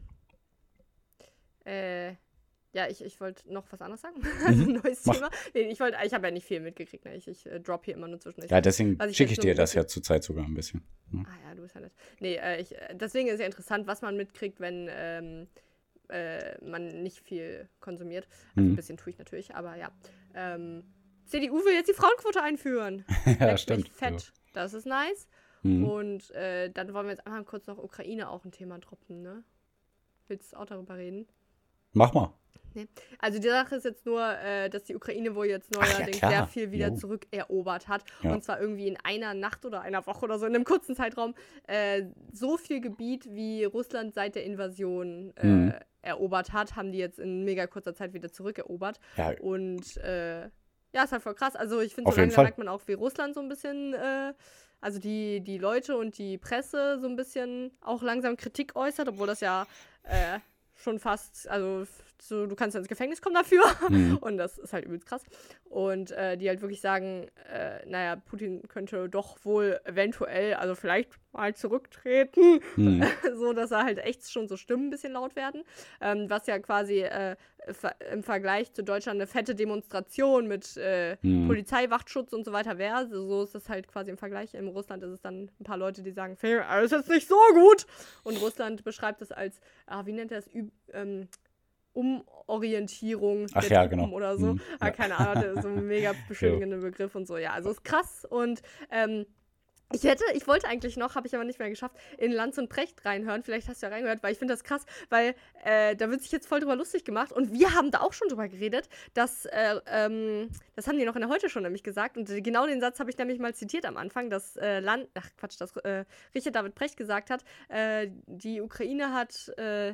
äh, ja, ich, ich wollte noch was anderes sagen. Also ein neues Mach. Thema. Nee, ich wollte, ich habe ja nicht viel mitgekriegt, ne? Ich, ich äh, drop hier immer nur zwischendurch. Ja, deswegen Was ich schicke jetzt ich nur dir das mitgekriegt- ja zurzeit sogar ein bisschen. Ne? Ah ja, du bist ja nett. Nee, äh, ich, äh, deswegen ist ja interessant, was man mitkriegt, wenn ähm, äh, man nicht viel konsumiert. Also Mhm. ein bisschen tue ich natürlich, aber ja. Ähm, C D U will jetzt die Frauenquote einführen. Ja, Leckt mich stimmt. Fett. Das ist nice. Mhm. Und äh, dann wollen wir jetzt einmal kurz noch Ukraine auch ein Thema droppen, ne? Willst du auch darüber reden? Mach mal. Nee. Also die Sache ist jetzt nur, äh, dass die Ukraine wohl jetzt Ach ja, neuerdings klar. sehr viel wieder Jo. zurückerobert hat. Ja. Und zwar irgendwie in einer Nacht oder einer Woche oder so, in einem kurzen Zeitraum, äh, so viel Gebiet, wie Russland seit der Invasion äh, Mhm. erobert hat, haben die jetzt in mega kurzer Zeit wieder zurückerobert. Ja, Und äh, ja, ist halt voll krass. Also ich finde, Auf so jeden langsam Fall. merkt man auch, wie Russland so ein bisschen, äh, also die, die Leute und die Presse so ein bisschen auch langsam Kritik äußert, obwohl das ja äh, schon fast, also so, du kannst ja ins Gefängnis kommen dafür. Mhm. Und das ist halt übelst krass. Und äh, die halt wirklich sagen, äh, naja, Putin könnte doch wohl eventuell, also vielleicht mal zurücktreten, Mhm. so dass er halt echt schon so Stimmen ein bisschen laut werden. Ähm, was ja quasi äh, ver- im Vergleich zu Deutschland eine fette Demonstration mit äh, Mhm. Polizeiwachtschutz und so weiter wäre. Also so ist das halt quasi im Vergleich. In Russland ist es dann ein paar Leute, die sagen, "Film, alles ist jetzt nicht so gut." Und Russland beschreibt es als, ah, wie nennt er es, Üb ähm, Umorientierung Ach der ja, Truppen genau. oder so. Mhm. Ah, Ja. keine Ahnung, der ist so ein mega beschönigender Begriff und so. Ja, also ist krass. Und ähm, ich hätte, ich wollte eigentlich noch, habe ich aber nicht mehr geschafft, in Lanz und Precht reinhören. Vielleicht hast du ja reingehört, weil ich finde das krass, weil äh, da wird sich jetzt voll drüber lustig gemacht. Und wir haben da auch schon drüber geredet, dass, äh, ähm, das haben die noch in der Heute schon nämlich gesagt. Und äh, genau den Satz habe ich nämlich mal zitiert am Anfang, dass äh, Land, ach Quatsch, dass äh, Richard David Precht gesagt hat, äh, die Ukraine hat, äh,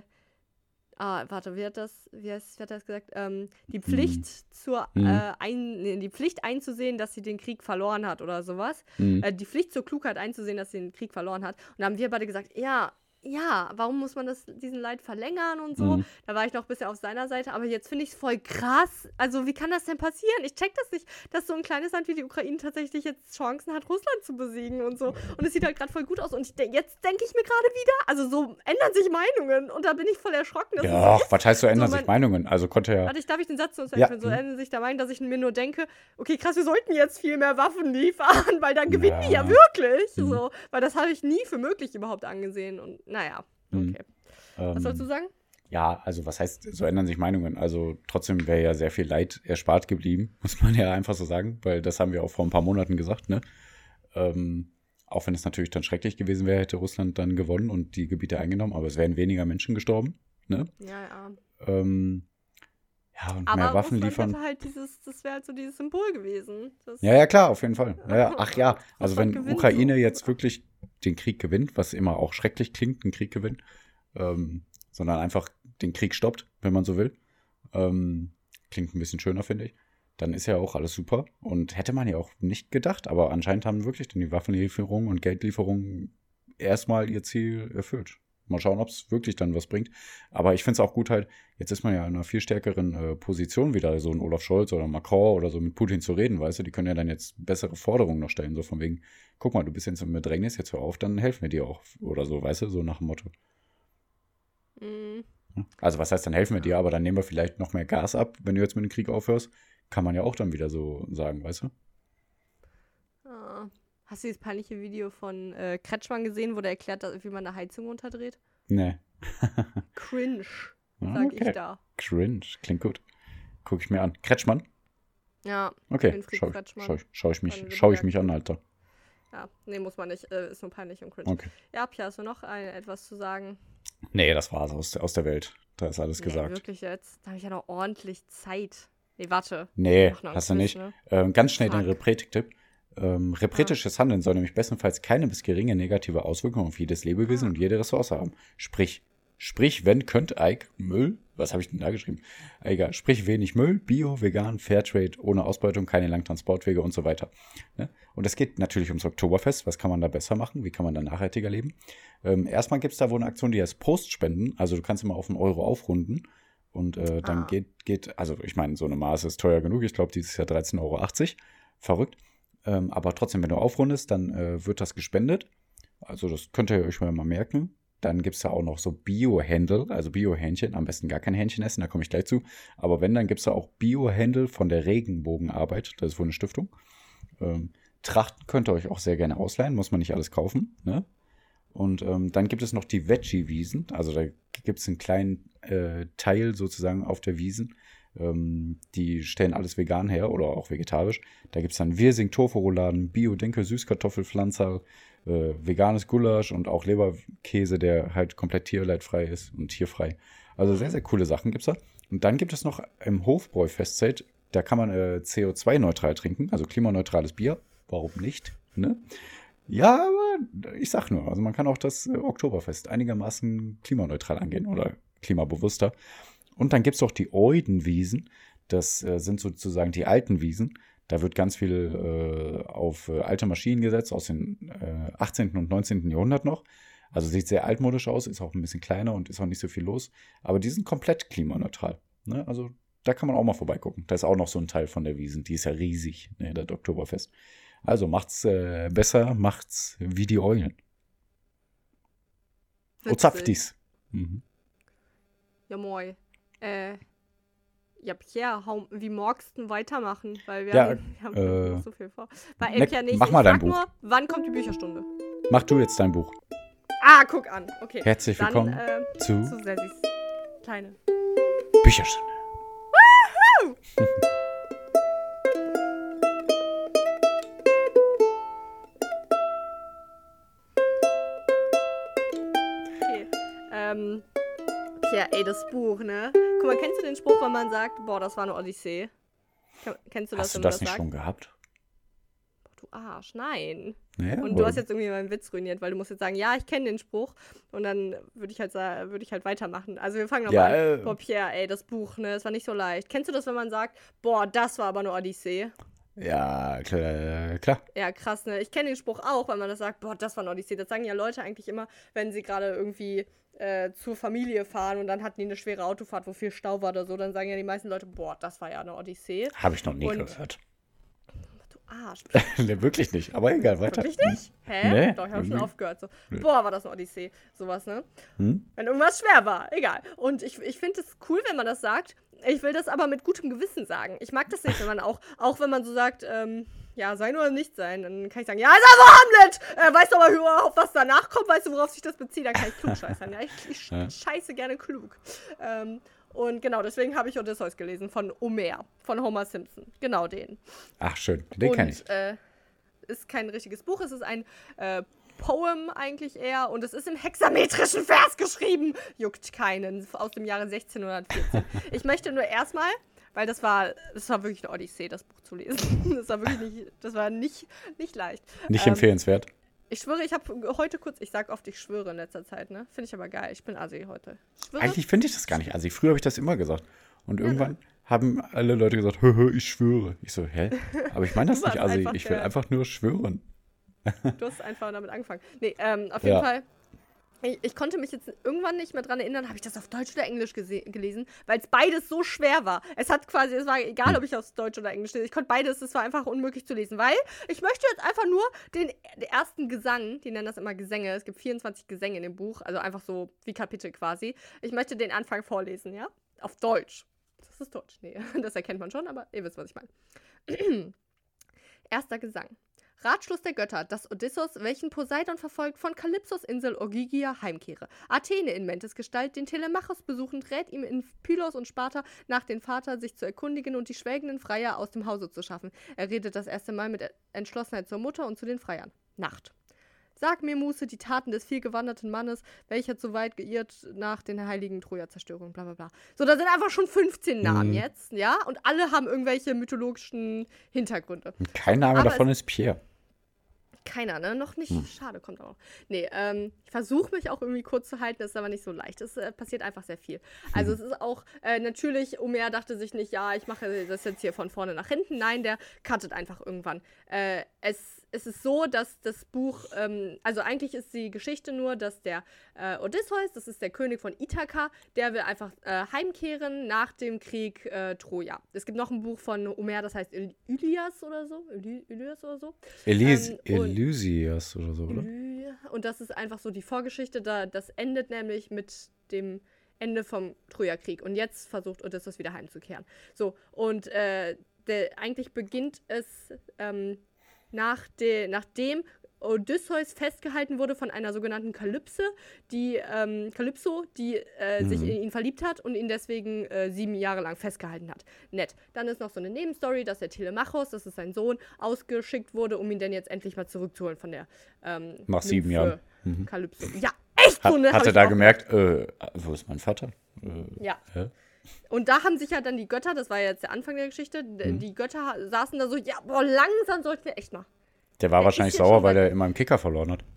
ah, warte, wie hat das, wie, heißt, wie hat das gesagt? Ähm, die Pflicht zur, Mhm. äh, ein, nee, die Pflicht einzusehen, dass sie den Krieg verloren hat oder sowas. Mhm. Äh, die Pflicht zur Klugheit einzusehen, dass sie den Krieg verloren hat. Und da haben wir beide gesagt, ja, ja, warum muss man das, diesen Leid verlängern und so? Mhm. Da war ich noch ein bisschen auf seiner Seite, aber jetzt finde ich es voll krass. Also, wie kann das denn passieren? Ich check das nicht, dass so ein kleines Land wie die Ukraine tatsächlich jetzt Chancen hat, Russland zu besiegen und so. Und es sieht halt gerade voll gut aus. Und ich denk, jetzt denke ich mir gerade wieder, also so ändern sich Meinungen. Und da bin ich voll erschrocken. Dass Ja, es so ist. was heißt so ändern So, sich mein- Meinungen? Also konnte ja. Warte, ich darf ich den Satz zu uns Ja. ja. So ändern sich da Meinungen, dass ich mir nur denke, okay, krass, wir sollten jetzt viel mehr Waffen liefern, weil dann gewinnen die ja Ja. wirklich. Mhm. So, weil das habe ich nie für möglich überhaupt angesehen. Und naja, Mhm. okay. Was sollst du Ähm, sagen? ja, also was heißt, so ändern sich Meinungen? Also trotzdem wäre ja sehr viel Leid erspart geblieben, muss man ja einfach so sagen, weil das haben wir auch vor ein paar Monaten gesagt, ne? Ähm, auch wenn es natürlich dann schrecklich gewesen wäre, hätte Russland dann gewonnen und die Gebiete eingenommen, aber es wären weniger Menschen gestorben, ne? Ja, ja. Ähm, ja, und Aber mehr Waffen Russland liefern. hätte halt dieses, das wäre halt so dieses Symbol gewesen. Das, Ja, ja, klar, auf jeden Fall. Ja, ja. Ach ja, also Russland wenn gewinnt Ukraine so. jetzt wirklich den Krieg gewinnt, was immer auch schrecklich klingt, einen Krieg gewinnt, ähm, sondern einfach den Krieg stoppt, wenn man so will, ähm, klingt ein bisschen schöner, finde ich, dann ist ja auch alles super. Und hätte man ja auch nicht gedacht, aber anscheinend haben wirklich dann die Waffenlieferungen und Geldlieferungen erstmal ihr Ziel erfüllt. Mal schauen, ob es wirklich dann was bringt. Aber ich finde es auch gut halt, jetzt ist man ja in einer viel stärkeren äh, Position wieder, so ein Olaf Scholz oder Macron oder so mit Putin zu reden, weißt du, die können ja dann jetzt bessere Forderungen noch stellen, so von wegen, guck mal, du bist jetzt im Bedrängnis, jetzt hör auf, dann helfen wir dir auch oder so, weißt du, so nach dem Motto. Mm, Also was heißt, dann helfen wir dir, aber dann nehmen wir vielleicht noch mehr Gas ab, wenn du jetzt mit dem Krieg aufhörst, kann man ja auch dann wieder so sagen, weißt du? ah. Hast du dieses peinliche Video von äh, Kretschmann gesehen, wo der erklärt, dass, wie man eine Heizung unterdreht? Nee. Cringe, Ah, sag okay. ich da. Cringe, klingt gut. Guck ich mir an. Kretschmann? Ja, Okay, Winfried schau, Kretschmann. schau, ich- schau ich mich, Von schau ich mich Württemberg. an, Alter. ja. Nee, muss man nicht. Äh, ist nur peinlich und cringe. Okay. Ja, Pia, hast du noch ein, etwas zu sagen? Nee, das war's aus, aus der Welt. Da ist alles Nee, gesagt. wirklich jetzt? Da habe ich ja noch ordentlich Zeit. Nee, warte. Nee, Mach noch hast du einen nicht. Quiz, ne? Ähm, ganz schnell den Fuck. Repretik-Tipp. Ähm, repretisches Handeln soll nämlich bestenfalls keine bis geringe negative Auswirkungen auf jedes Lebewesen Ah. und jede Ressource haben. Sprich, sprich, wenn könnt Ike Müll, was habe ich denn da geschrieben? Egal, sprich wenig Müll, Bio, vegan, Fairtrade, ohne Ausbeutung, keine langen Transportwege und so weiter. Ne? Und es geht natürlich ums Oktoberfest. Was kann man da besser machen? Wie kann man da nachhaltiger leben? Ähm, erstmal gibt es da wohl eine Aktion, die heißt Postspenden. Also du kannst immer auf einen Euro aufrunden. Und äh, dann Ah. geht, geht, also ich meine, so eine Maße ist teuer genug. Ich glaube, dieses Jahr dreizehn Euro achtzig. Verrückt. Ähm, aber trotzdem, wenn du aufrundest, dann äh, wird das gespendet. Also das könnt ihr euch mal merken. Dann gibt es da auch noch so Bio-Händel, also Bio-Hähnchen. Am besten gar kein Hähnchen essen, da komme ich gleich zu. Aber wenn, dann gibt es da auch Bio-Händel von der Regenbogenarbeit. Das ist wohl eine Stiftung. Ähm, Trachten könnt ihr euch auch sehr gerne ausleihen, muss man nicht alles kaufen. Ne? Und ähm, dann gibt es noch die Veggie-Wiesen. Also da gibt es einen kleinen äh, Teil sozusagen auf der Wiesen. Ähm, die stellen alles vegan her oder auch vegetarisch. Da gibt es dann Wirsing, Tofu-Rouladen, Bio-Dinkel, Süßkartoffelpflanzer, äh, veganes Gulasch und auch Leberkäse, der halt komplett tierleidfrei ist und tierfrei. Also sehr, sehr coole Sachen gibt es da. Und dann gibt es noch im Hofbräu-Festzelt, da kann man äh, C O zwei neutral trinken, also klimaneutrales Bier. Warum nicht? Ne? Ja, aber ich sag nur, also man kann auch das äh, Oktoberfest einigermaßen klimaneutral angehen oder klimabewusster. Und dann gibt es auch die Eudenwiesen. Das äh, sind sozusagen die alten Wiesen. Da wird ganz viel äh, auf äh, alte Maschinen gesetzt, aus dem äh, achtzehnten und neunzehnten Jahrhundert noch. Also sieht sehr altmodisch aus, ist auch ein bisschen kleiner und ist auch nicht so viel los. Aber die sind komplett klimaneutral. Ne? Also da kann man auch mal vorbeigucken. Da ist auch noch so ein Teil von der Wiesen. Die ist ja riesig, ne, das Oktoberfest. Also macht's äh, besser, macht's wie die Eulen. Witzig. O Zapftis. Mhm. Ja, moi. Äh, ja, Pierre, hau, wie magst du denn weitermachen? Weil wir Ja, haben, wir haben äh, noch so viel vor. Bei ne, Pierre nicht. mach mal ich dein frag Buch. nur, wann kommt die Bücherstunde? Mach du jetzt dein Buch. Ah, guck an. Okay. Herzlich Dann, willkommen äh, zu zu Sessis Kleine. Bücherstunde. Okay. Ähm, Pierre, ey, das Buch, ne? Guck mal, kennst du den Spruch, wenn man sagt, boah, das war eine Odyssee? Ken- Kennst du das, Hast du wenn man das das nicht sagt? schon gehabt? Du Arsch, nein. Ja, Und du hast jetzt irgendwie meinen Witz ruiniert, weil du musst jetzt sagen, ja, ich kenne den Spruch. Und dann würde ich halt sa- würde ich halt weitermachen. Also wir fangen Ja, nochmal an. äh, Boah, Pierre, ey, das Buch, ne, das war nicht so leicht. Kennst du das, wenn man sagt, boah, das war aber eine Odyssee? ja, klar. klar. Ja, krass, ne? Ich kenne den Spruch auch, weil man das sagt, boah, das war eine Odyssee. Das sagen ja Leute eigentlich immer, wenn sie gerade irgendwie äh, zur Familie fahren und dann hatten die eine schwere Autofahrt, wo viel Stau war oder so, dann sagen ja die meisten Leute, boah, das war ja eine Odyssee. Habe ich noch nie Und- gehört. Du Arsch. Ne, wirklich nicht. Aber egal, weiter. Wirklich nicht? Hä? Nee, Doch, ich habe schon irgendwie. aufgehört. So. Nö. Boah, war das eine Odyssee. Sowas, ne? Hm? Wenn irgendwas schwer war. Egal. Und ich, ich finde es cool, wenn man das sagt. Ich will das aber mit gutem Gewissen sagen. Ich mag das nicht, wenn man auch, auch wenn man so sagt, ähm, ja, sein oder nicht sein, dann kann ich sagen, ja, ist aber Hamlet! Äh, weißt du aber überhaupt, was danach kommt? Weißt du, worauf sich das bezieht? Dann kann ich klug scheißern. Ja, ich, ich Ja. scheiße gerne klug. Ähm, und genau, deswegen habe ich Odysseus gelesen von Homer, von Homer Simpson. Genau den. Ach, schön. Den kenne ich. Und äh, ist kein richtiges Buch, es ist ein äh, Poem eigentlich eher und es ist im hexametrischen Vers geschrieben. Juckt keinen, aus dem Jahre sechzehnhundertvierzehn. Ich möchte nur erstmal, weil das war, das war wirklich eine Odyssee, das Buch zu lesen. Das war wirklich nicht, das war nicht, nicht leicht. Nicht ähm, empfehlenswert. Ich schwöre, ich habe heute kurz, ich sag oft, ich schwöre in letzter Zeit, ne? Finde ich aber geil. Ich bin Asi heute. Ich schwöre. Eigentlich finde ich das gar nicht. Also früher habe ich das immer gesagt. Und irgendwann haben alle Leute gesagt, hö, hö, ich schwöre. Ich so, hä? Aber ich meine das Du nicht, warst Asi. einfach Ich will der- einfach nur schwören. Du hast einfach damit angefangen. Nee, ähm, auf jeden Ja. Fall. Ich, ich konnte mich jetzt irgendwann nicht mehr dran erinnern, habe ich das auf Deutsch oder Englisch gese- gelesen, weil es beides so schwer war. Es hat quasi, es war egal, ob ich auf Deutsch oder Englisch lese. Ich konnte beides, es war einfach unmöglich zu lesen, weil ich möchte jetzt einfach nur den, den ersten Gesang, die nennen das immer Gesänge, es gibt vierundzwanzig Gesänge in dem Buch, also einfach so wie Kapitel quasi. Ich möchte den Anfang vorlesen, ja? Auf Deutsch. Das ist Deutsch, nee, das erkennt man schon, aber ihr wisst, was ich meine. Erster Gesang. Ratschluss der Götter, dass Odysseus, welchen Poseidon verfolgt, von Kalypsos Insel Ogygia heimkehre. Athene in Mentes Gestalt, den Telemachos besuchend, rät ihm in Pylos und Sparta nach den Vater, sich zu erkundigen und die schwelgenden Freier aus dem Hause zu schaffen. Er redet das erste Mal mit Entschlossenheit zur Mutter und zu den Freiern. Nacht. Sag mir, Muse, die Taten des vielgewanderten Mannes, welcher zu weit geirrt nach den heiligen Troja-Zerstörungen, bla bla bla. So, da sind einfach schon fünfzehn Namen Mhm. jetzt, ja? Und alle haben irgendwelche mythologischen Hintergründe. Kein Name Aber davon ist Pierre. Keiner, ne? Noch nicht. Hm. Schade, kommt aber noch. Nee, ähm, ich versuche mich auch irgendwie kurz zu halten, das ist aber nicht so leicht. Es äh, passiert einfach sehr viel. Also es ist auch, äh, natürlich, Homer dachte sich nicht, ja, ich mache das jetzt hier von vorne nach hinten. Nein, der cuttet einfach irgendwann. Äh, es, es ist so, dass das Buch, ähm, also eigentlich ist die Geschichte nur, dass der äh, Odysseus, das ist der König von Ithaka, der will einfach äh, heimkehren nach dem Krieg äh, Troja. Es gibt noch ein Buch von Homer, das heißt Il- Ilias oder so. Ili- Ilias oder so. Elys Ähm, und- Elysias oder so, oder? Und das ist einfach so die Vorgeschichte, da das endet nämlich mit dem Ende vom Trojakrieg. Und jetzt versucht Odysseus wieder heimzukehren. So, und äh, der, eigentlich beginnt es ähm, nach de, nachdem Odysseus festgehalten wurde von einer sogenannten Kalypse, die ähm, Kalypso, die äh, Mhm. sich in ihn verliebt hat und ihn deswegen äh, sieben Jahre lang festgehalten hat. Nett. Dann ist noch so eine Nebenstory, dass der Telemachos, das ist sein Sohn, ausgeschickt wurde, um ihn dann jetzt endlich mal zurückzuholen von der ähm, Nach sieben Nymphe Jahren. Mhm. Kalypso. Ja, echt so, Hat, ne? hat Hab er ich da auch- gemerkt, äh, wo ist mein Vater? Äh, Ja. hä? Und da haben sich ja dann die Götter, das war ja jetzt der Anfang der Geschichte, d- Mhm. die Götter ha- saßen da so, ja, boah, langsam sollten wir echt mal. Der war Der wahrscheinlich ist jetzt sauer, schon weil seit- er immer im Kicker verloren hat.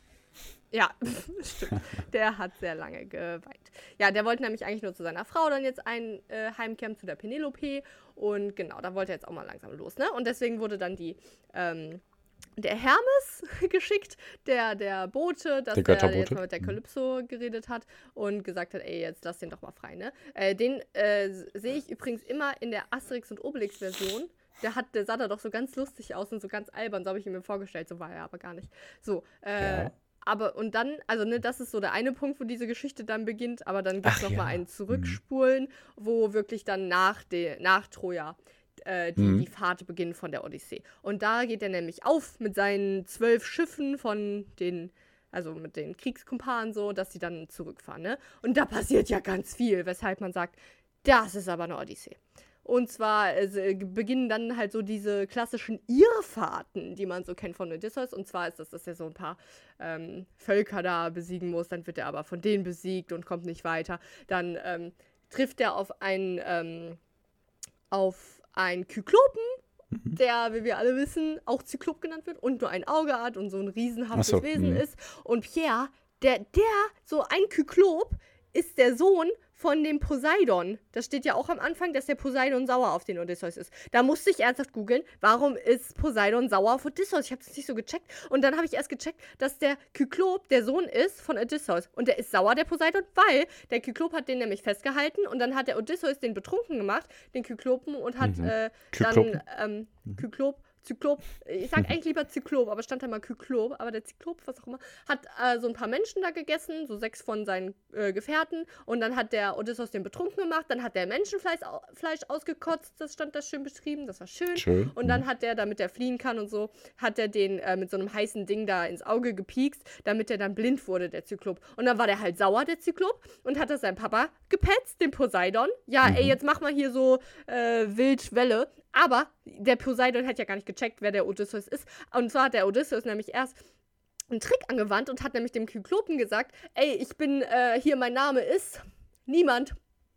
Ja, stimmt. Der hat sehr lange geweint. Ja, der wollte nämlich eigentlich nur zu seiner Frau dann jetzt ein äh, heimkehren, zu der Penelope. Und genau, da wollte er jetzt auch mal langsam los, ne? Und deswegen wurde dann die, ähm, der Hermes geschickt, der, der Bote, dass Der der, Götterbote. jetzt mal mit der Mhm. Kalypso geredet hat und gesagt hat, ey, jetzt lass den doch mal frei, ne? Äh, den äh, s- sehe ich übrigens immer in der Asterix- und Obelix-Version. Der, hat, der sah da doch so ganz lustig aus und so ganz albern, so habe ich ihn mir vorgestellt, so war er aber gar nicht. So, äh, Ja. aber und dann, also ne, das ist so der eine Punkt, wo diese Geschichte dann beginnt, aber dann gibt es Ach nochmal ja. ein Zurückspulen, wo wirklich dann nach, de, nach Troja äh, die, Mhm. die Fahrt beginnt von der Odyssee. Und da geht er nämlich auf mit seinen zwölf Schiffen von den, also mit den Kriegskumpanen so, dass sie dann zurückfahren, ne? Und da passiert ja ganz viel, weshalb man sagt, das ist aber eine Odyssee. Und zwar äh, beginnen dann halt so diese klassischen Irrfahrten, die man so kennt von Odysseus. Und zwar ist das, dass er so ein paar ähm, Völker da besiegen muss. Dann wird er aber von denen besiegt und kommt nicht weiter. Dann ähm, trifft er auf einen, ähm, auf einen Kyklopen, der, wie wir alle wissen, auch Zyklop genannt wird und nur ein Auge hat und so ein riesenhaftes Ach so, Wesen mhm. ist. Und Pierre, der, der, so ein Kyklop, ist der Sohn von dem Poseidon. Das steht ja auch am Anfang, dass der Poseidon sauer auf den Odysseus ist. Da musste ich ernsthaft googeln, warum ist Poseidon sauer auf Odysseus? Ich habe das nicht so gecheckt. Und dann habe ich erst gecheckt, dass der Kyklop der Sohn ist von Odysseus. Und der ist sauer, der Poseidon, weil der Kyklop hat den nämlich festgehalten und dann hat der Odysseus den betrunken gemacht, den Kyklopen, und hat Mhm. äh, Kyklopen? dann ähm, Kyklop, Zyklop, ich sag eigentlich lieber Zyklop, aber stand da mal Kyklop, aber der Zyklop, was auch immer, hat äh, so ein paar Menschen da gegessen, so sechs von seinen äh, Gefährten, und dann hat der Odysseus den betrunken gemacht, dann hat der Menschenfleisch au Fleisch ausgekotzt, das stand da schön beschrieben, das war schön. Schön. Und dann hat der, damit er fliehen kann und so, hat er den äh, mit so einem heißen Ding da ins Auge gepiekst, damit er dann blind wurde, der Zyklop. Und dann war der halt sauer, der Zyklop, und hat das seinem Papa gepetzt, den Poseidon. Ja, Mhm. ey, jetzt mach mal hier so äh, wild Welle. Aber der Poseidon hat ja gar nicht gecheckt, wer der Odysseus ist. Und zwar hat der Odysseus nämlich erst einen Trick angewandt und hat nämlich dem Kyklopen gesagt, ey, ich bin, äh, hier, mein Name ist niemand.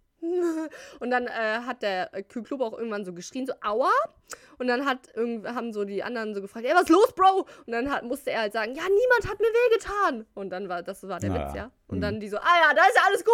Und dann äh, hat der äh, Kyklop auch irgendwann so geschrien, so, aua. Und dann hat irgend, haben so die anderen so gefragt, ey, was ist los, Bro? Und dann hat, musste er halt sagen, ja, niemand hat mir wehgetan. Und dann war, das war der Ah, Witz, ja. Und hm. dann die so, ah ja, da ist ja alles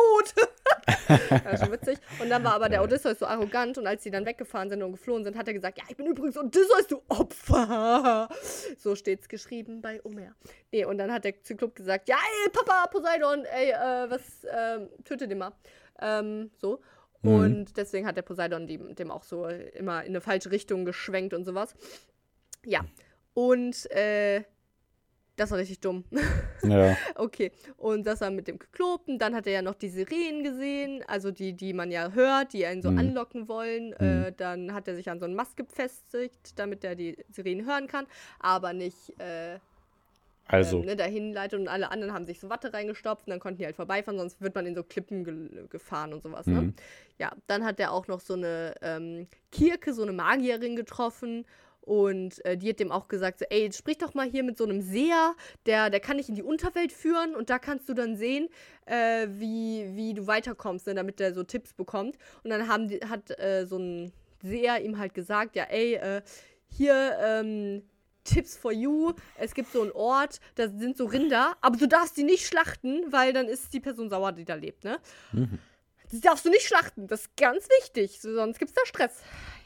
gut. Ja, schon witzig. Und dann war aber der Odysseus so arrogant, und als die dann weggefahren sind und geflohen sind, hat er gesagt, ja, ich bin übrigens Odysseus, du Opfer. So steht's geschrieben bei Homer. Nee, und dann hat der Zyklop gesagt, ja, ey, Papa, Poseidon, ey, äh, was, ähm, töte den mal. Ähm, so. Mhm. Und deswegen hat der Poseidon dem, dem auch so immer in eine falsche Richtung geschwenkt und sowas. Ja. Und, äh, das war richtig dumm. Ja. Okay, und das war mit dem Kyklopen. Dann hat er ja noch die Sirenen gesehen, also die, die man ja hört, die einen so Mhm. anlocken wollen. Mhm. Äh, dann hat er sich an so einen Mast befestigt, damit er die Sirenen hören kann, aber nicht äh, Also, ähm, ne, dahin leitet. Und alle anderen haben sich so Watte reingestopft und dann konnten die halt vorbeifahren, sonst wird man in so Klippen ge gefahren und sowas. Ne? Mhm. Ja, dann hat er auch noch so eine ähm, Kirke, so eine Magierin getroffen. Und äh, die hat dem auch gesagt, so, ey, sprich doch mal hier mit so einem Seher, der, der kann dich in die Unterwelt führen, und da kannst du dann sehen, äh, wie, wie du weiterkommst, ne, damit der so Tipps bekommt. Und dann haben die, hat äh, so ein Seher ihm halt gesagt, ja, ey, äh, hier, ähm, Tipps for you, es gibt so einen Ort, da sind so Rinder, aber du darfst die nicht schlachten, weil dann ist die Person sauer, die da lebt, ne? Mhm. Die darfst du nicht schlachten, das ist ganz wichtig, sonst gibt's da Stress.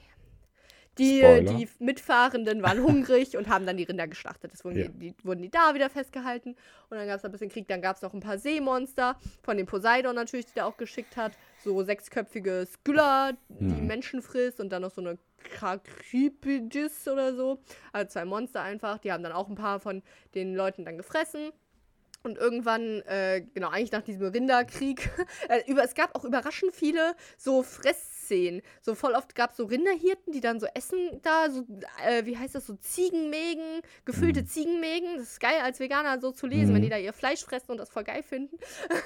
Die, Spoiler. die Mitfahrenden waren hungrig und haben dann die Rinder geschlachtet. Das wurden, Ja. die, die, wurden die da wieder festgehalten. Und dann gab es ein bisschen Krieg. Dann gab es noch ein paar Seemonster von dem Poseidon natürlich, die der auch geschickt hat. So sechsköpfige Skylla, die Mhm. Menschen frisst. Und dann noch so eine Krakrypidis oder so. Also zwei Monster einfach. Die haben dann auch ein paar von den Leuten dann gefressen. Und irgendwann, äh, genau, eigentlich nach diesem Rinderkrieg, äh, über, es gab auch überraschend viele so Fressszenen. So voll oft gab es so Rinderhirten, die dann so essen da, so, äh, wie heißt das, so Ziegenmägen, gefüllte Mhm. Ziegenmägen. Das ist geil als Veganer so zu lesen, Mhm. wenn die da ihr Fleisch fressen und das voll geil finden.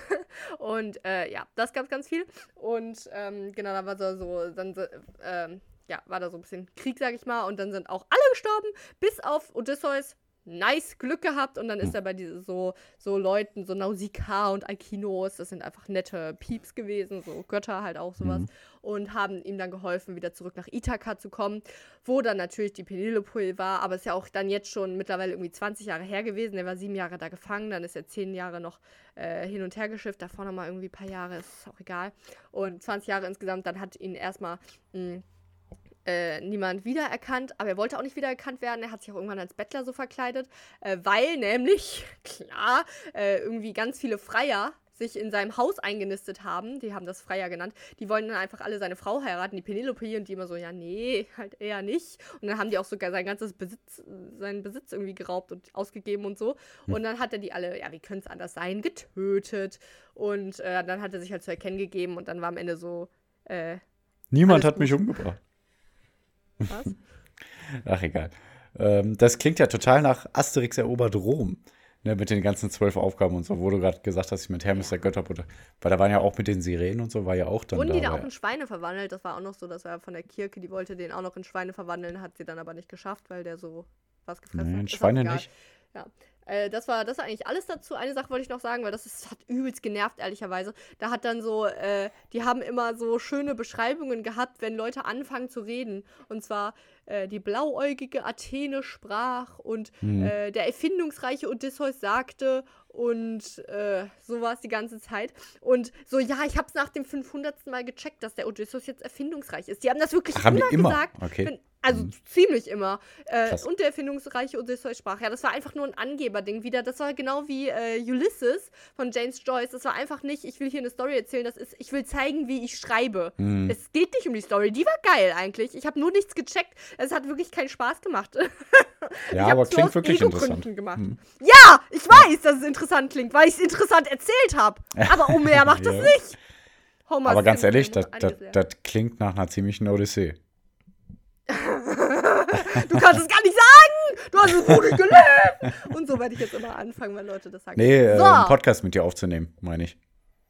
Und äh, ja, das gab ganz viel. Und ähm, genau, da war so, so dann, so, ähm, ja, war da so ein bisschen Krieg, sag ich mal. Und dann sind auch alle gestorben, bis auf Odysseus. nice Glück gehabt und dann ist er bei diese, so, so Leuten, so Nausicaa und Alkinos, das sind einfach nette Pieps gewesen, so Götter halt auch sowas, Mhm. und haben ihm dann geholfen, wieder zurück nach Ithaka zu kommen, wo dann natürlich die Penelope war, aber ist ja auch dann jetzt schon mittlerweile irgendwie zwanzig Jahre her gewesen, er war sieben Jahre da gefangen, dann ist er zehn Jahre noch äh, hin und her geschifft, davor nochmal irgendwie ein paar Jahre, ist auch egal, und zwanzig Jahre insgesamt, dann hat ihn erstmal mh, Äh, niemand wiedererkannt, aber er wollte auch nicht wiedererkannt werden. Er hat sich auch irgendwann als Bettler so verkleidet, äh, weil nämlich, klar, äh, irgendwie ganz viele Freier sich in seinem Haus eingenistet haben. Die haben das Freier genannt. Die wollen dann einfach alle seine Frau heiraten, die Penelope, und die immer so, ja, nee, halt eher nicht. Und dann haben die auch sogar sein ganzes Besitz, seinen Besitz irgendwie geraubt und ausgegeben und so. Hm. Und dann hat er die alle, ja, wie könnte es anders sein, getötet. Und äh, dann hat er sich halt zu erkennen gegeben und dann war am Ende so, äh, Niemand Alles hat mich gut. umgebracht. was? Ach, egal. Ähm, das klingt ja total nach Asterix erobert Rom. Ne, mit den ganzen zwölf Aufgaben und so, wo du gerade gesagt hast, mit Hermes der Götterbutter. Weil da waren ja auch mit den Sirenen und so, war ja auch dann Wurden da. die da war auch ja- in Schweine verwandelt? Das war auch noch so, dass er von der Kirche, die wollte den auch noch in Schweine verwandeln, hat sie dann aber nicht geschafft, weil der so was gefressen Nee, hat. in Ist auch Schweine egal. nicht. Ja. Äh, das war das war eigentlich alles dazu. Eine Sache wollte ich noch sagen, weil das, ist, das hat übelst genervt, ehrlicherweise. Da hat dann so, äh, die haben immer so schöne Beschreibungen gehabt, wenn Leute anfangen zu reden. Und zwar, äh, die blauäugige Athene sprach und Hm. äh, der erfindungsreiche Odysseus sagte und äh, sowas die ganze Zeit. Und so, ja, ich hab's nach dem fünfhundertsten Mal gecheckt, dass der Odysseus jetzt erfindungsreich ist. Die haben das wirklich Ach, haben die immer immer? gesagt. Okay. Wenn, also Mhm. ziemlich immer. Äh, Krass. und der erfindungsreiche Odysseus sprach. Ja, das war einfach nur ein Angeberding wieder. Das war genau wie äh, Ulysses von James Joyce. Das war einfach nicht, ich will hier eine Story erzählen, das ist, ich will zeigen, wie ich schreibe. Hm. Es geht nicht um die Story. Die war geil eigentlich. Ich habe nur nichts gecheckt. Es hat wirklich keinen Spaß gemacht. Ich Ja, hab's aber nur klingt aus wirklich Ego-Gründen interessant. gemacht. Hm. Ja, ich weiß, dass es interessant klingt, weil ich es interessant erzählt habe. Aber Homer macht das Ja. nicht. Homer Aber ist ganz Simpson, ehrlich, das, muss das, einiges lernen. das klingt nach einer ziemlichen Odyssee. Du kannst es gar nicht sagen! Du hast es Buch nicht gelesen! Und so werde ich jetzt immer anfangen, wenn Leute das sagen. Nee, äh, so. einen Podcast mit dir aufzunehmen, meine ich.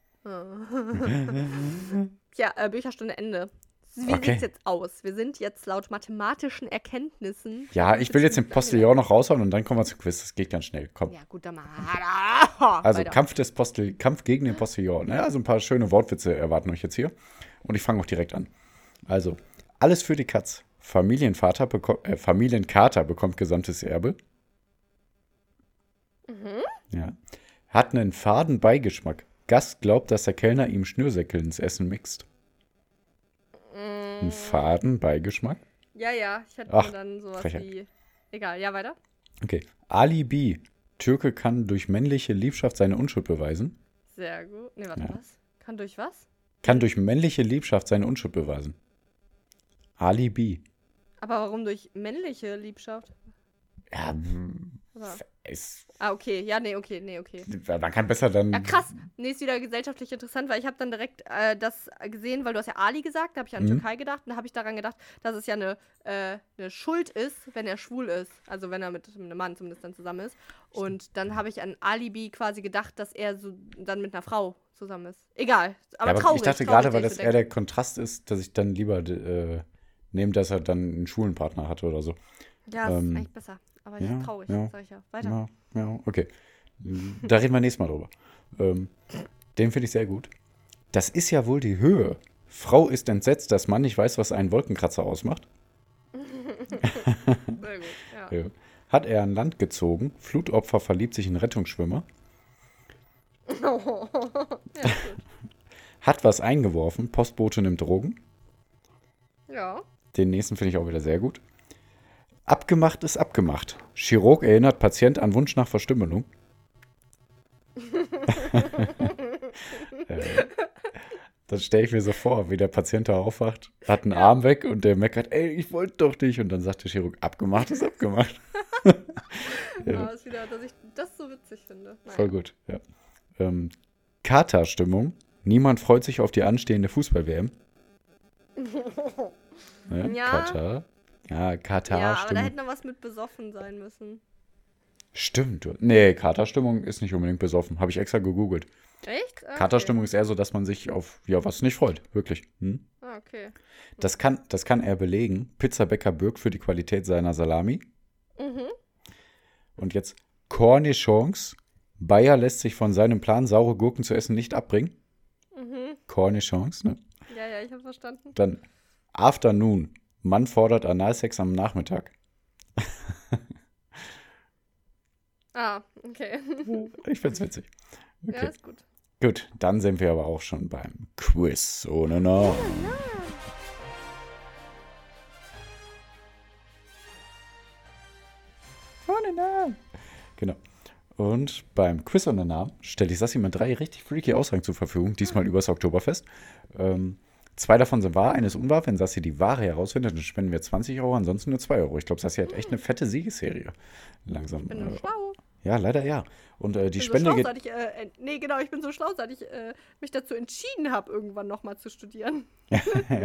Ja, äh, Bücherstunde Ende. Wie Okay. sieht's jetzt aus? Wir sind jetzt laut mathematischen Erkenntnissen. Ja, ich will jetzt den Postillon noch raushauen und dann kommen wir zum Quiz. Das geht ganz schnell. Komm. Ja, gut, dann mal. Also Weiter. Kampf des Postil Kampf gegen den Postillon. Ne? Also ein paar schöne Wortwitze erwarten euch jetzt hier. Und ich fange auch direkt an. Also, alles für die Katz. Familienvater beko äh, Familienkater bekommt gesamtes Erbe. Mhm. Ja. Hat einen faden Beigeschmack. Gast glaubt, dass der Kellner ihm Schnürsäckel ins Essen mixt. Ein faden Beigeschmack. Ja, ja, ich hätte Ach, nur dann sowas Frechheit. wie. Egal, ja, weiter. Okay. Alibi. Türke kann durch männliche Liebschaft seine Unschuld beweisen. Sehr gut. Ne, warte, Ja. was? Kann durch was? Kann durch männliche Liebschaft seine Unschuld beweisen. Alibi. Aber warum durch männliche Liebschaft? Ja, Aber, es, ah, okay. Ja, nee, okay, nee, okay. man kann besser dann. Ja, krass. Nee, ist wieder gesellschaftlich interessant, weil ich habe dann direkt äh, das gesehen, weil du hast ja Ali gesagt, da habe ich an Mhm. Türkei gedacht und da habe ich daran gedacht, dass es ja eine, äh, eine Schuld ist, wenn er schwul ist. Also wenn er mit einem Mann zumindest dann zusammen ist. Und dann habe ich an Alibi quasi gedacht, dass er so dann mit einer Frau zusammen ist. Egal. Aber, Ja, aber traurig. ich dachte traurig, gerade, weil dass das ich eher so der Kontrast ist, dass ich dann lieber äh, nehme, dass er dann einen schwulen Partner hatte oder so. denke. Ja, ist ähm, eigentlich besser. Aber ja, ist traurig, ja. sag ich ja. Weiter. Ja, ja, okay. Da reden wir nächstes Mal drüber. Ähm, den finde ich sehr gut. Das ist ja wohl die Höhe. Frau ist entsetzt, dass Mann nicht weiß, was einen Wolkenkratzer ausmacht. Sehr gut, ja. Ja. Hat er an Land gezogen. Flutopfer verliebt sich in Rettungsschwimmer. ja, gut. Hat was eingeworfen. Postbote nimmt Drogen. Ja. Den nächsten finde ich auch wieder sehr gut. Abgemacht ist abgemacht. Chirurg erinnert Patient an Wunsch nach Verstümmelung. äh, das stelle ich mir so vor, wie der Patient da aufwacht, hat einen Arm weg und der meckert, ey, ich wollte doch nicht. Und dann sagt der Chirurg, abgemacht ist abgemacht. Ja, ist wieder, dass ich das so witzig finde. Naja. Voll gut, ja. Ähm, Katar-Stimmung. Niemand freut sich auf die anstehende Fußball-W M. Ne? Ja. Katar. Ja, Ja, aber da Katar-Stimmung. hätte noch was mit besoffen sein müssen. Stimmt. du- Nee, Katerstimmung ist nicht unbedingt besoffen. Habe ich extra gegoogelt. Echt? Okay. Katerstimmung ist eher so, dass man sich auf ja was nicht freut. Wirklich. Hm? Ah, okay. Das, kann, das kann er belegen. Pizzabäcker bürgt für die Qualität seiner Salami. Mhm. Und jetzt Cornichons. Bayer lässt sich von seinem Plan, saure Gurken zu essen, nicht abbringen. Mhm. Cornichons, ne? Ja, ja, ich habe verstanden. Dann Afternoon. Mann fordert Analsex am Nachmittag. Ah, okay. Ich find's witzig. Ja, Okay. ist gut. Gut, dann sind wir aber auch schon beim Quiz ohne Namen. Ohne Namen. Genau. Und beim Quiz ohne Namen stelle ich Sassi mal drei richtig freaky Aussagen zur Verfügung, diesmal übers Oktoberfest. Ähm, zwei davon sind wahr, eine ist unwahr. Wenn Sassi die Wahre herausfindet, dann spenden wir zwanzig Euro, ansonsten nur zwei Euro. Ich glaube, Sassi hat echt eine fette Siegesserie. Langsam. Ich bin äh, so schlau. Ja, leider ja. Und äh, die Ich bin Spende so schlau, geht. seit ich, äh, äh, nee, genau, ich bin so schlau, seit ich äh, mich dazu entschieden habe, irgendwann nochmal zu studieren. Ja.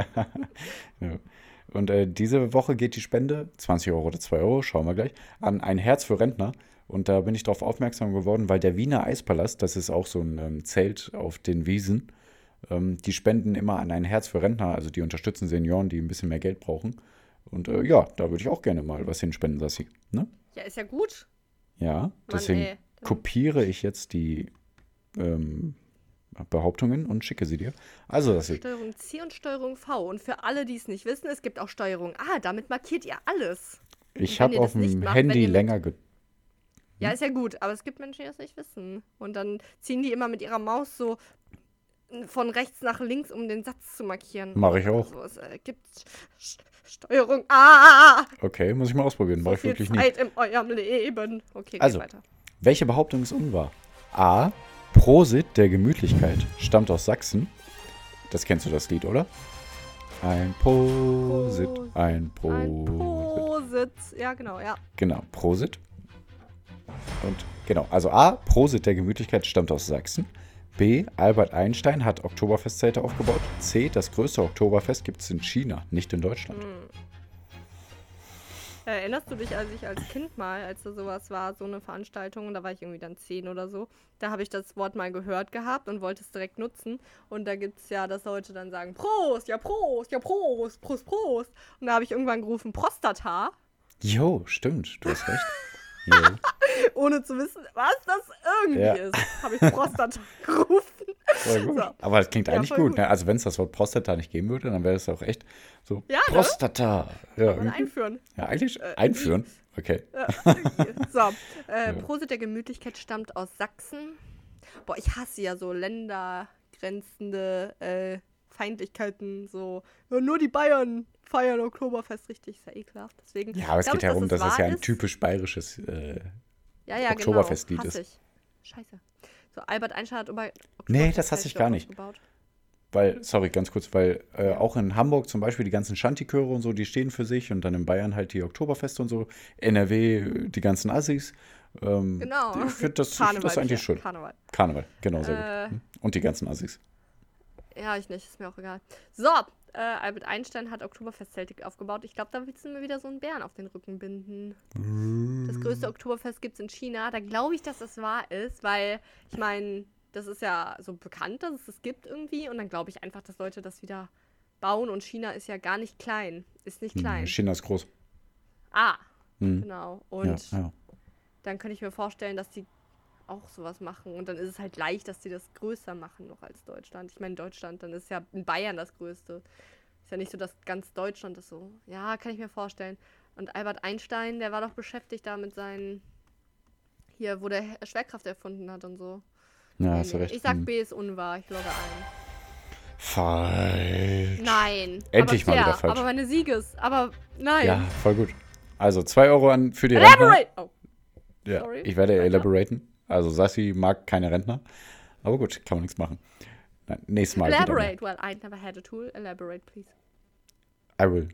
Und äh, diese Woche geht die Spende, zwanzig Euro oder zwei Euro, schauen wir gleich, an ein Herz für Rentner. Und da bin ich darauf aufmerksam geworden, weil der Wiener Eispalast, das ist auch so ein ähm, Zelt auf den Wiesen, ähm, die spenden immer an ein Herz für Rentner, also die unterstützen Senioren, die ein bisschen mehr Geld brauchen. Und äh, ja, da würde ich auch gerne mal was hinspenden, Sassi. Ne? Ja, ist ja gut. Ja, deswegen ey, dann- kopiere ich jetzt die ähm, Behauptungen und schicke sie dir. Also, Sassi, Steuerung C und Steuerung V. Und für alle, die es nicht wissen, es gibt auch Steuerung A. Damit markiert ihr alles. ich wenn habe ihr auf das nicht dem macht, wenn Handy ihr mit- länger ge Ja, ist ja gut, aber es gibt Menschen, die das nicht wissen. Und dann ziehen die immer mit ihrer Maus so von rechts nach links, um den Satz zu markieren. Mach ich auch. Also, es äh, gibt Sch- Steuerung A. Okay, muss ich mal ausprobieren. Mach So ich viel wirklich nie. Zeit in eurem Leben. Okay, geht Also. weiter. Welche Behauptung ist unwahr? A. Prosit der Gemütlichkeit stammt aus Sachsen. Das kennst du, das Lied, oder? Ein Prosit, ein Ein Prosit. Prositz. Ja, genau, ja. Genau, Prosit. Und genau, also A. Prosit der Gemütlichkeit stammt aus Sachsen. B. Albert Einstein hat Oktoberfestzelte aufgebaut. C. Das größte Oktoberfest gibt es in China, nicht in Deutschland. Erinnerst du dich, als ich als Kind mal, als da sowas war, so eine Veranstaltung, und da war ich irgendwie dann zehn oder so, da habe ich das Wort mal gehört gehabt und wollte es direkt nutzen. Und da gibt es ja, dass Leute dann sagen, Prost, ja Prost, ja Prost, Prost, Prost. Und da habe ich irgendwann gerufen, Prostata, Jo, stimmt, du hast recht. Jo. ohne zu wissen, was das irgendwie Ja. ist, habe ich Prostata gerufen. Voll gut. So. Aber das klingt Ja, eigentlich voll gut. gut. Ne? Also wenn es das Wort Prostata nicht geben würde, dann wäre es auch echt so Ja, ne? Prostata. Ja, Mal irgendwie- einführen. ja, eigentlich Äh, einführen. Okay. Ja, irgendwie. so, äh, Ja. Prosit der Gemütlichkeit stammt aus Sachsen. Boah, ich hasse ja so ländergrenzende äh, Feindlichkeiten, so, ja, nur die Bayern feiern Oktoberfest richtig, ist ja ekelhaft. Deswegen Ja, aber es glaub geht ich, ja darum, es dass es ja wahr ein ist. typisch bayerisches äh, ja, ja, Oktoberfestlied genau, ist. hasse ich. Scheiße. So, Albert Einstein hat über Nee, das hasse ich gar nicht. Aufgebaut. Weil, sorry, ganz kurz, weil äh, auch in Hamburg zum Beispiel die ganzen Shanty-Chöre und so, die stehen für sich und dann in Bayern halt die Oktoberfeste und so, N R W äh, die ganzen Assis. Ähm, Genau. Ich finde das, ich find Karneval, das eigentlich ja, schön. Karneval. Karneval, genau, sehr Äh, gut. Und die ganzen Assis. Ja, ich nicht, ist mir auch egal. So, äh, Albert Einstein hat Oktoberfestzelte aufgebaut. Ich glaube, da willst du mir wieder so einen Bären auf den Rücken binden. Das größte Oktoberfest gibt es in China. Da glaube ich, dass das wahr ist, weil, ich meine, das ist ja so bekannt, dass es das gibt irgendwie. Und dann glaube ich einfach, dass Leute das wieder bauen. Und China ist ja gar nicht klein. Ist nicht klein. China ist groß. Ah, Hm. genau. Und ja, ja. dann könnte ich mir vorstellen, dass die auch sowas machen. Und dann ist es halt leicht, dass die das größer machen noch als Deutschland. Ich meine, Deutschland, dann ist ja in Bayern das Größte. Ist ja nicht so, dass ganz Deutschland das so. Ja, kann ich mir vorstellen. Und Albert Einstein, der war doch beschäftigt da mit seinen. Hier, wo der Schwerkraft erfunden hat und so. Ja, Nee, hast du nee. recht. Ich sag Hm. B ist unwahr. Ich logge ein. Falsch. Nein. Endlich aber mal fair, wieder falsch. Aber meine Sieges. Aber nein. Ja, voll gut. Also zwei Euro an für die Rentner. Elaborate! Oh. Ja, Sorry. ich werde Weiter. elaboraten. Also Sassi mag keine Rentner. Aber gut, kann man nichts machen. Nein, nächstes Mal. wieder mehr. Elaborate. Well, I never had a tool. Elaborate, please. I will.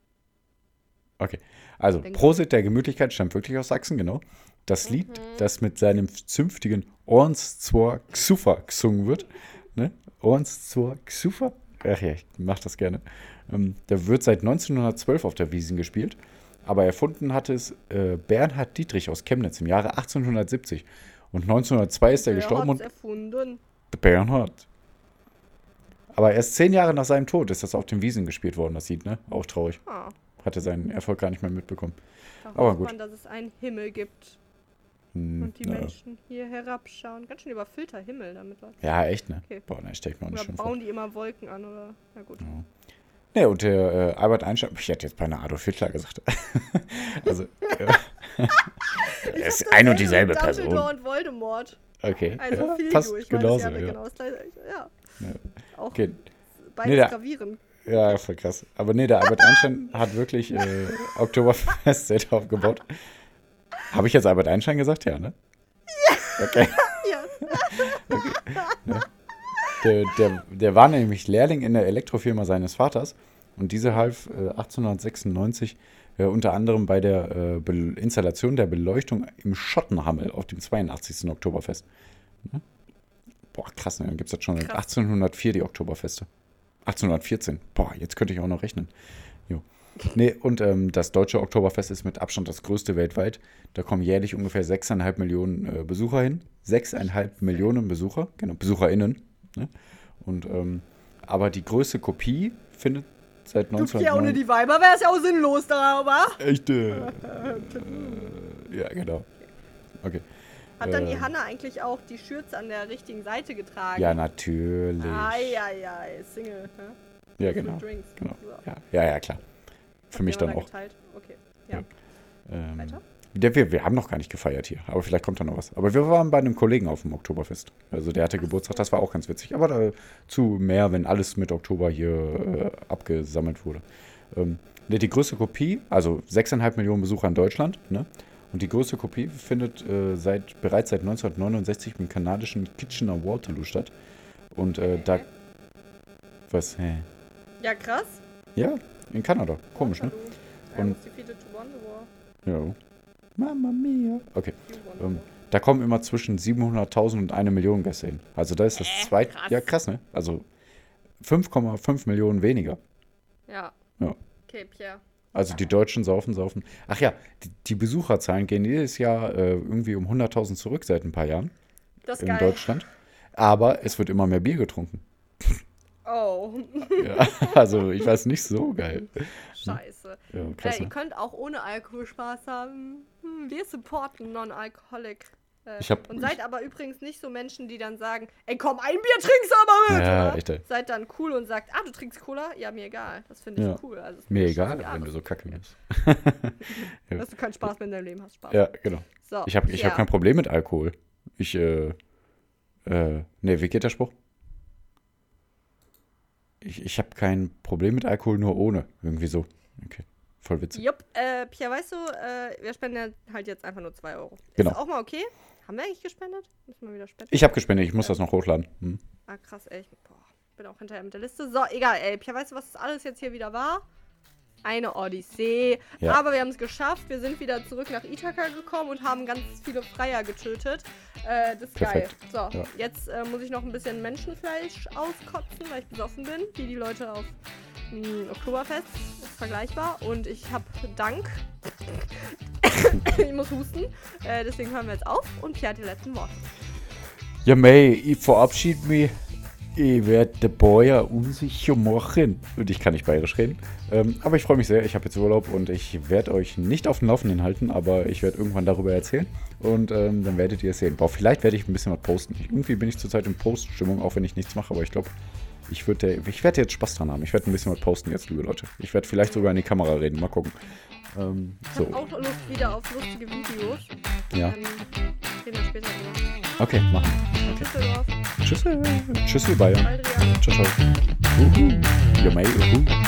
Okay. Also, Denk- Prosit der Gemütlichkeit stammt wirklich aus Sachsen, genau. Das Lied, Mhm. das mit seinem zünftigen Orns zur Xufa gesungen wird. Ne? Orns zur Xufa? Ach ja, ich mach das gerne. Ähm, der wird seit neunzehnhundertzwölf auf der Wiesn gespielt. Aber erfunden hat es äh, Bernhard Dietrich aus Chemnitz im Jahre achtzehnhundertsiebzig. Und neunzehnhundertzwei ist er Wer gestorben hat's und erfunden? Bernhard. Aber erst zehn Jahre nach seinem Tod ist das auf den Wiesn gespielt worden, das Lied, ne? Auch traurig. Ah, Hatte seinen Erfolg gar nicht mehr mitbekommen. da Aber hofft gut. man, dass es einen Himmel gibt. Hm, Und die ja. Menschen hier herabschauen. Ganz schön überfüllter Himmel damit. Leute. Ja, echt, ne? Okay. Boah, ne, stell ich mir auch nicht Oder schön vor. bauen die immer Wolken an, oder? Na gut. Ja. Ne, und der äh, Albert Einstein, ich hätte jetzt beinahe Adolf Hitler gesagt. also, äh, er ist ein und dieselbe Person. Dumbledore und Voldemort. Okay, Also ja, viel passt du. Ich meine, genauso, sie haben ja ja. genau das gleiche. Ja. Ja. Auch Okay. beides Nee, der- gravierend. Ja, voll krass. Aber nee, der Albert Einstein hat wirklich äh, Oktoberfest aufgebaut. Habe ich jetzt Albert Einstein gesagt? Ja, ne? Ja. Okay. Ja. Der, der, der war nämlich Lehrling in der Elektrofirma seines Vaters und diese half äh, achtzehnhundertsechsundneunzig äh, unter anderem bei der äh, Be- Installation der Beleuchtung im Schottenhammel auf dem zweiundachtzigsten Oktoberfest. Hm? Boah, krass, ne? Dann gibt es das schon seit Krass. achtzehnhundertvier die Oktoberfeste. achtzehnhundertvierzehn. Boah, jetzt könnte ich auch noch rechnen. Jo. Nee, und ähm, das deutsche Oktoberfest ist mit Abstand das größte weltweit. Da kommen jährlich ungefähr sechseinhalb Millionen äh, Besucher hin. sechseinhalb Millionen Besucher, genau, BesucherInnen. Ne? Und, ähm, aber die größte Kopie findet seit Du, ja, ohne neunzehnhundertneun... die Weiber wäre es ja auch sinnlos da, aber. Echte. Äh, ja, genau. Okay. Hat dann die Äh, Hanna eigentlich auch die Schürze an der richtigen Seite getragen? Ja, natürlich. Eieiei, Single. Hä? Ja, Für genau. Drinks. genau. So. Ja, ja, ja, klar. Für mich Habt ihr dann aber auch. Geteilt? Okay. Ja. Ja. Ähm, Weiter? der, wir, wir haben noch gar nicht gefeiert hier, aber vielleicht kommt da noch was. Aber wir waren bei einem Kollegen auf dem Oktoberfest. Also der hatte Geburtstag, das war auch ganz witzig. Aber dazu mehr, wenn alles mit Oktober hier äh, abgesammelt wurde. Ähm, die, die größte Kopie, also sechseinhalb Millionen Besucher in Deutschland, ne? Und die größte Kopie findet äh, seit, bereits seit neunzehnhundertneunundsechzig im kanadischen Kitchener Waterloo statt. Und äh, da... Was? Hä? Ja, krass. Ja, in Kanada. Komisch, ne? I Und- was defeated to won the war. Ja. Mamma mia. Okay. You won the Ähm, war. da kommen immer zwischen siebenhunderttausend und eine Million Gäste hin. Also da ist das Äh, zweit... krass. Ja, krass, ne? Also fünf Komma fünf Millionen weniger. Ja. Ja. Okay, Pierre. Also die Deutschen saufen, saufen. Ach ja, die, die Besucherzahlen gehen jedes Jahr äh, irgendwie um hunderttausend zurück seit ein paar Jahren Das ist in geil. Deutschland. Aber es wird immer mehr Bier getrunken. Oh, Ja, also ich weiß nicht so geil. scheiße. Ja, Äh, krass, ihr ne? könnt auch ohne Alkohol Spaß haben. Hm, wir supporten Non-Alcoholic. Äh, Ich hab- und seid aber übrigens nicht so Menschen, die dann sagen, ey komm, ein Bier trinkst du aber mit, Ja, oder? echt, ey. Seid dann cool und sagt, ah, du trinkst Cola? Ja, mir egal. Das finde ich Ja. cool. Also, ist Mir mir egal, scheißegal, wenn du was so kacke bist. Dass du keinen Spaß mehr in deinem Leben hast. Spaß. Ja, genau. So, Ich habe ich ja. hab kein Problem mit Alkohol. Ich, äh, äh, nee, wie geht der Spruch? Ich, ich habe kein Problem mit Alkohol, nur ohne. Irgendwie so. Okay, voll witzig. Jupp, äh, Pia, weißt du, äh, wir spenden ja halt jetzt einfach nur zwei Euro. Genau. Ist auch mal okay? Haben wir eigentlich gespendet? Müssen wir wieder spenden? Ich habe gespendet, ich muss das noch hochladen. Hm. Ah, krass, ey. Ich boah, bin auch hinterher mit der Liste. So, egal, ey. Pia, weißt du, was das alles jetzt hier wieder war? Eine Odyssee. Ja. Aber wir haben es geschafft. Wir sind wieder zurück nach Ithaka gekommen und haben ganz viele Freier getötet. Äh, das ist Perfekt. geil. So, Ja. jetzt äh, muss ich noch ein bisschen Menschenfleisch auskotzen, weil ich besoffen bin, wie die Leute auf mh, Oktoberfest. Das ist vergleichbar. Und ich habe Dank. Ich muss husten. Äh, deswegen hören wir jetzt auf. Und Pia hat die letzten Worte. Ja, May, ich verabschiede mich. Ich werde den Bäuer unsicher machen. Und ich kann nicht bayerisch reden. Ähm, aber ich freue mich sehr. Ich habe jetzt Urlaub und ich werde euch nicht auf dem Laufenden halten, aber ich werde irgendwann darüber erzählen. Und ähm, dann werdet ihr es sehen. Boah, vielleicht werde ich ein bisschen was posten. Irgendwie bin ich zurzeit in Poststimmung, auch wenn ich nichts mache. Aber ich glaube, ich, würd der- ich werde jetzt Spaß dran haben. Ich werde ein bisschen was posten jetzt, liebe Leute. Ich werde vielleicht sogar in die Kamera reden. Mal gucken. Ähm, Ich so, habe auch Lust wieder auf lustige Videos. ja. Ähm, reden wir später drüber. Okay, machen. Düsseldorf, Tschüss. Tschüss, Bayern. Aldrian. Ciao, ciao. Uhu. Ja, May, uhu.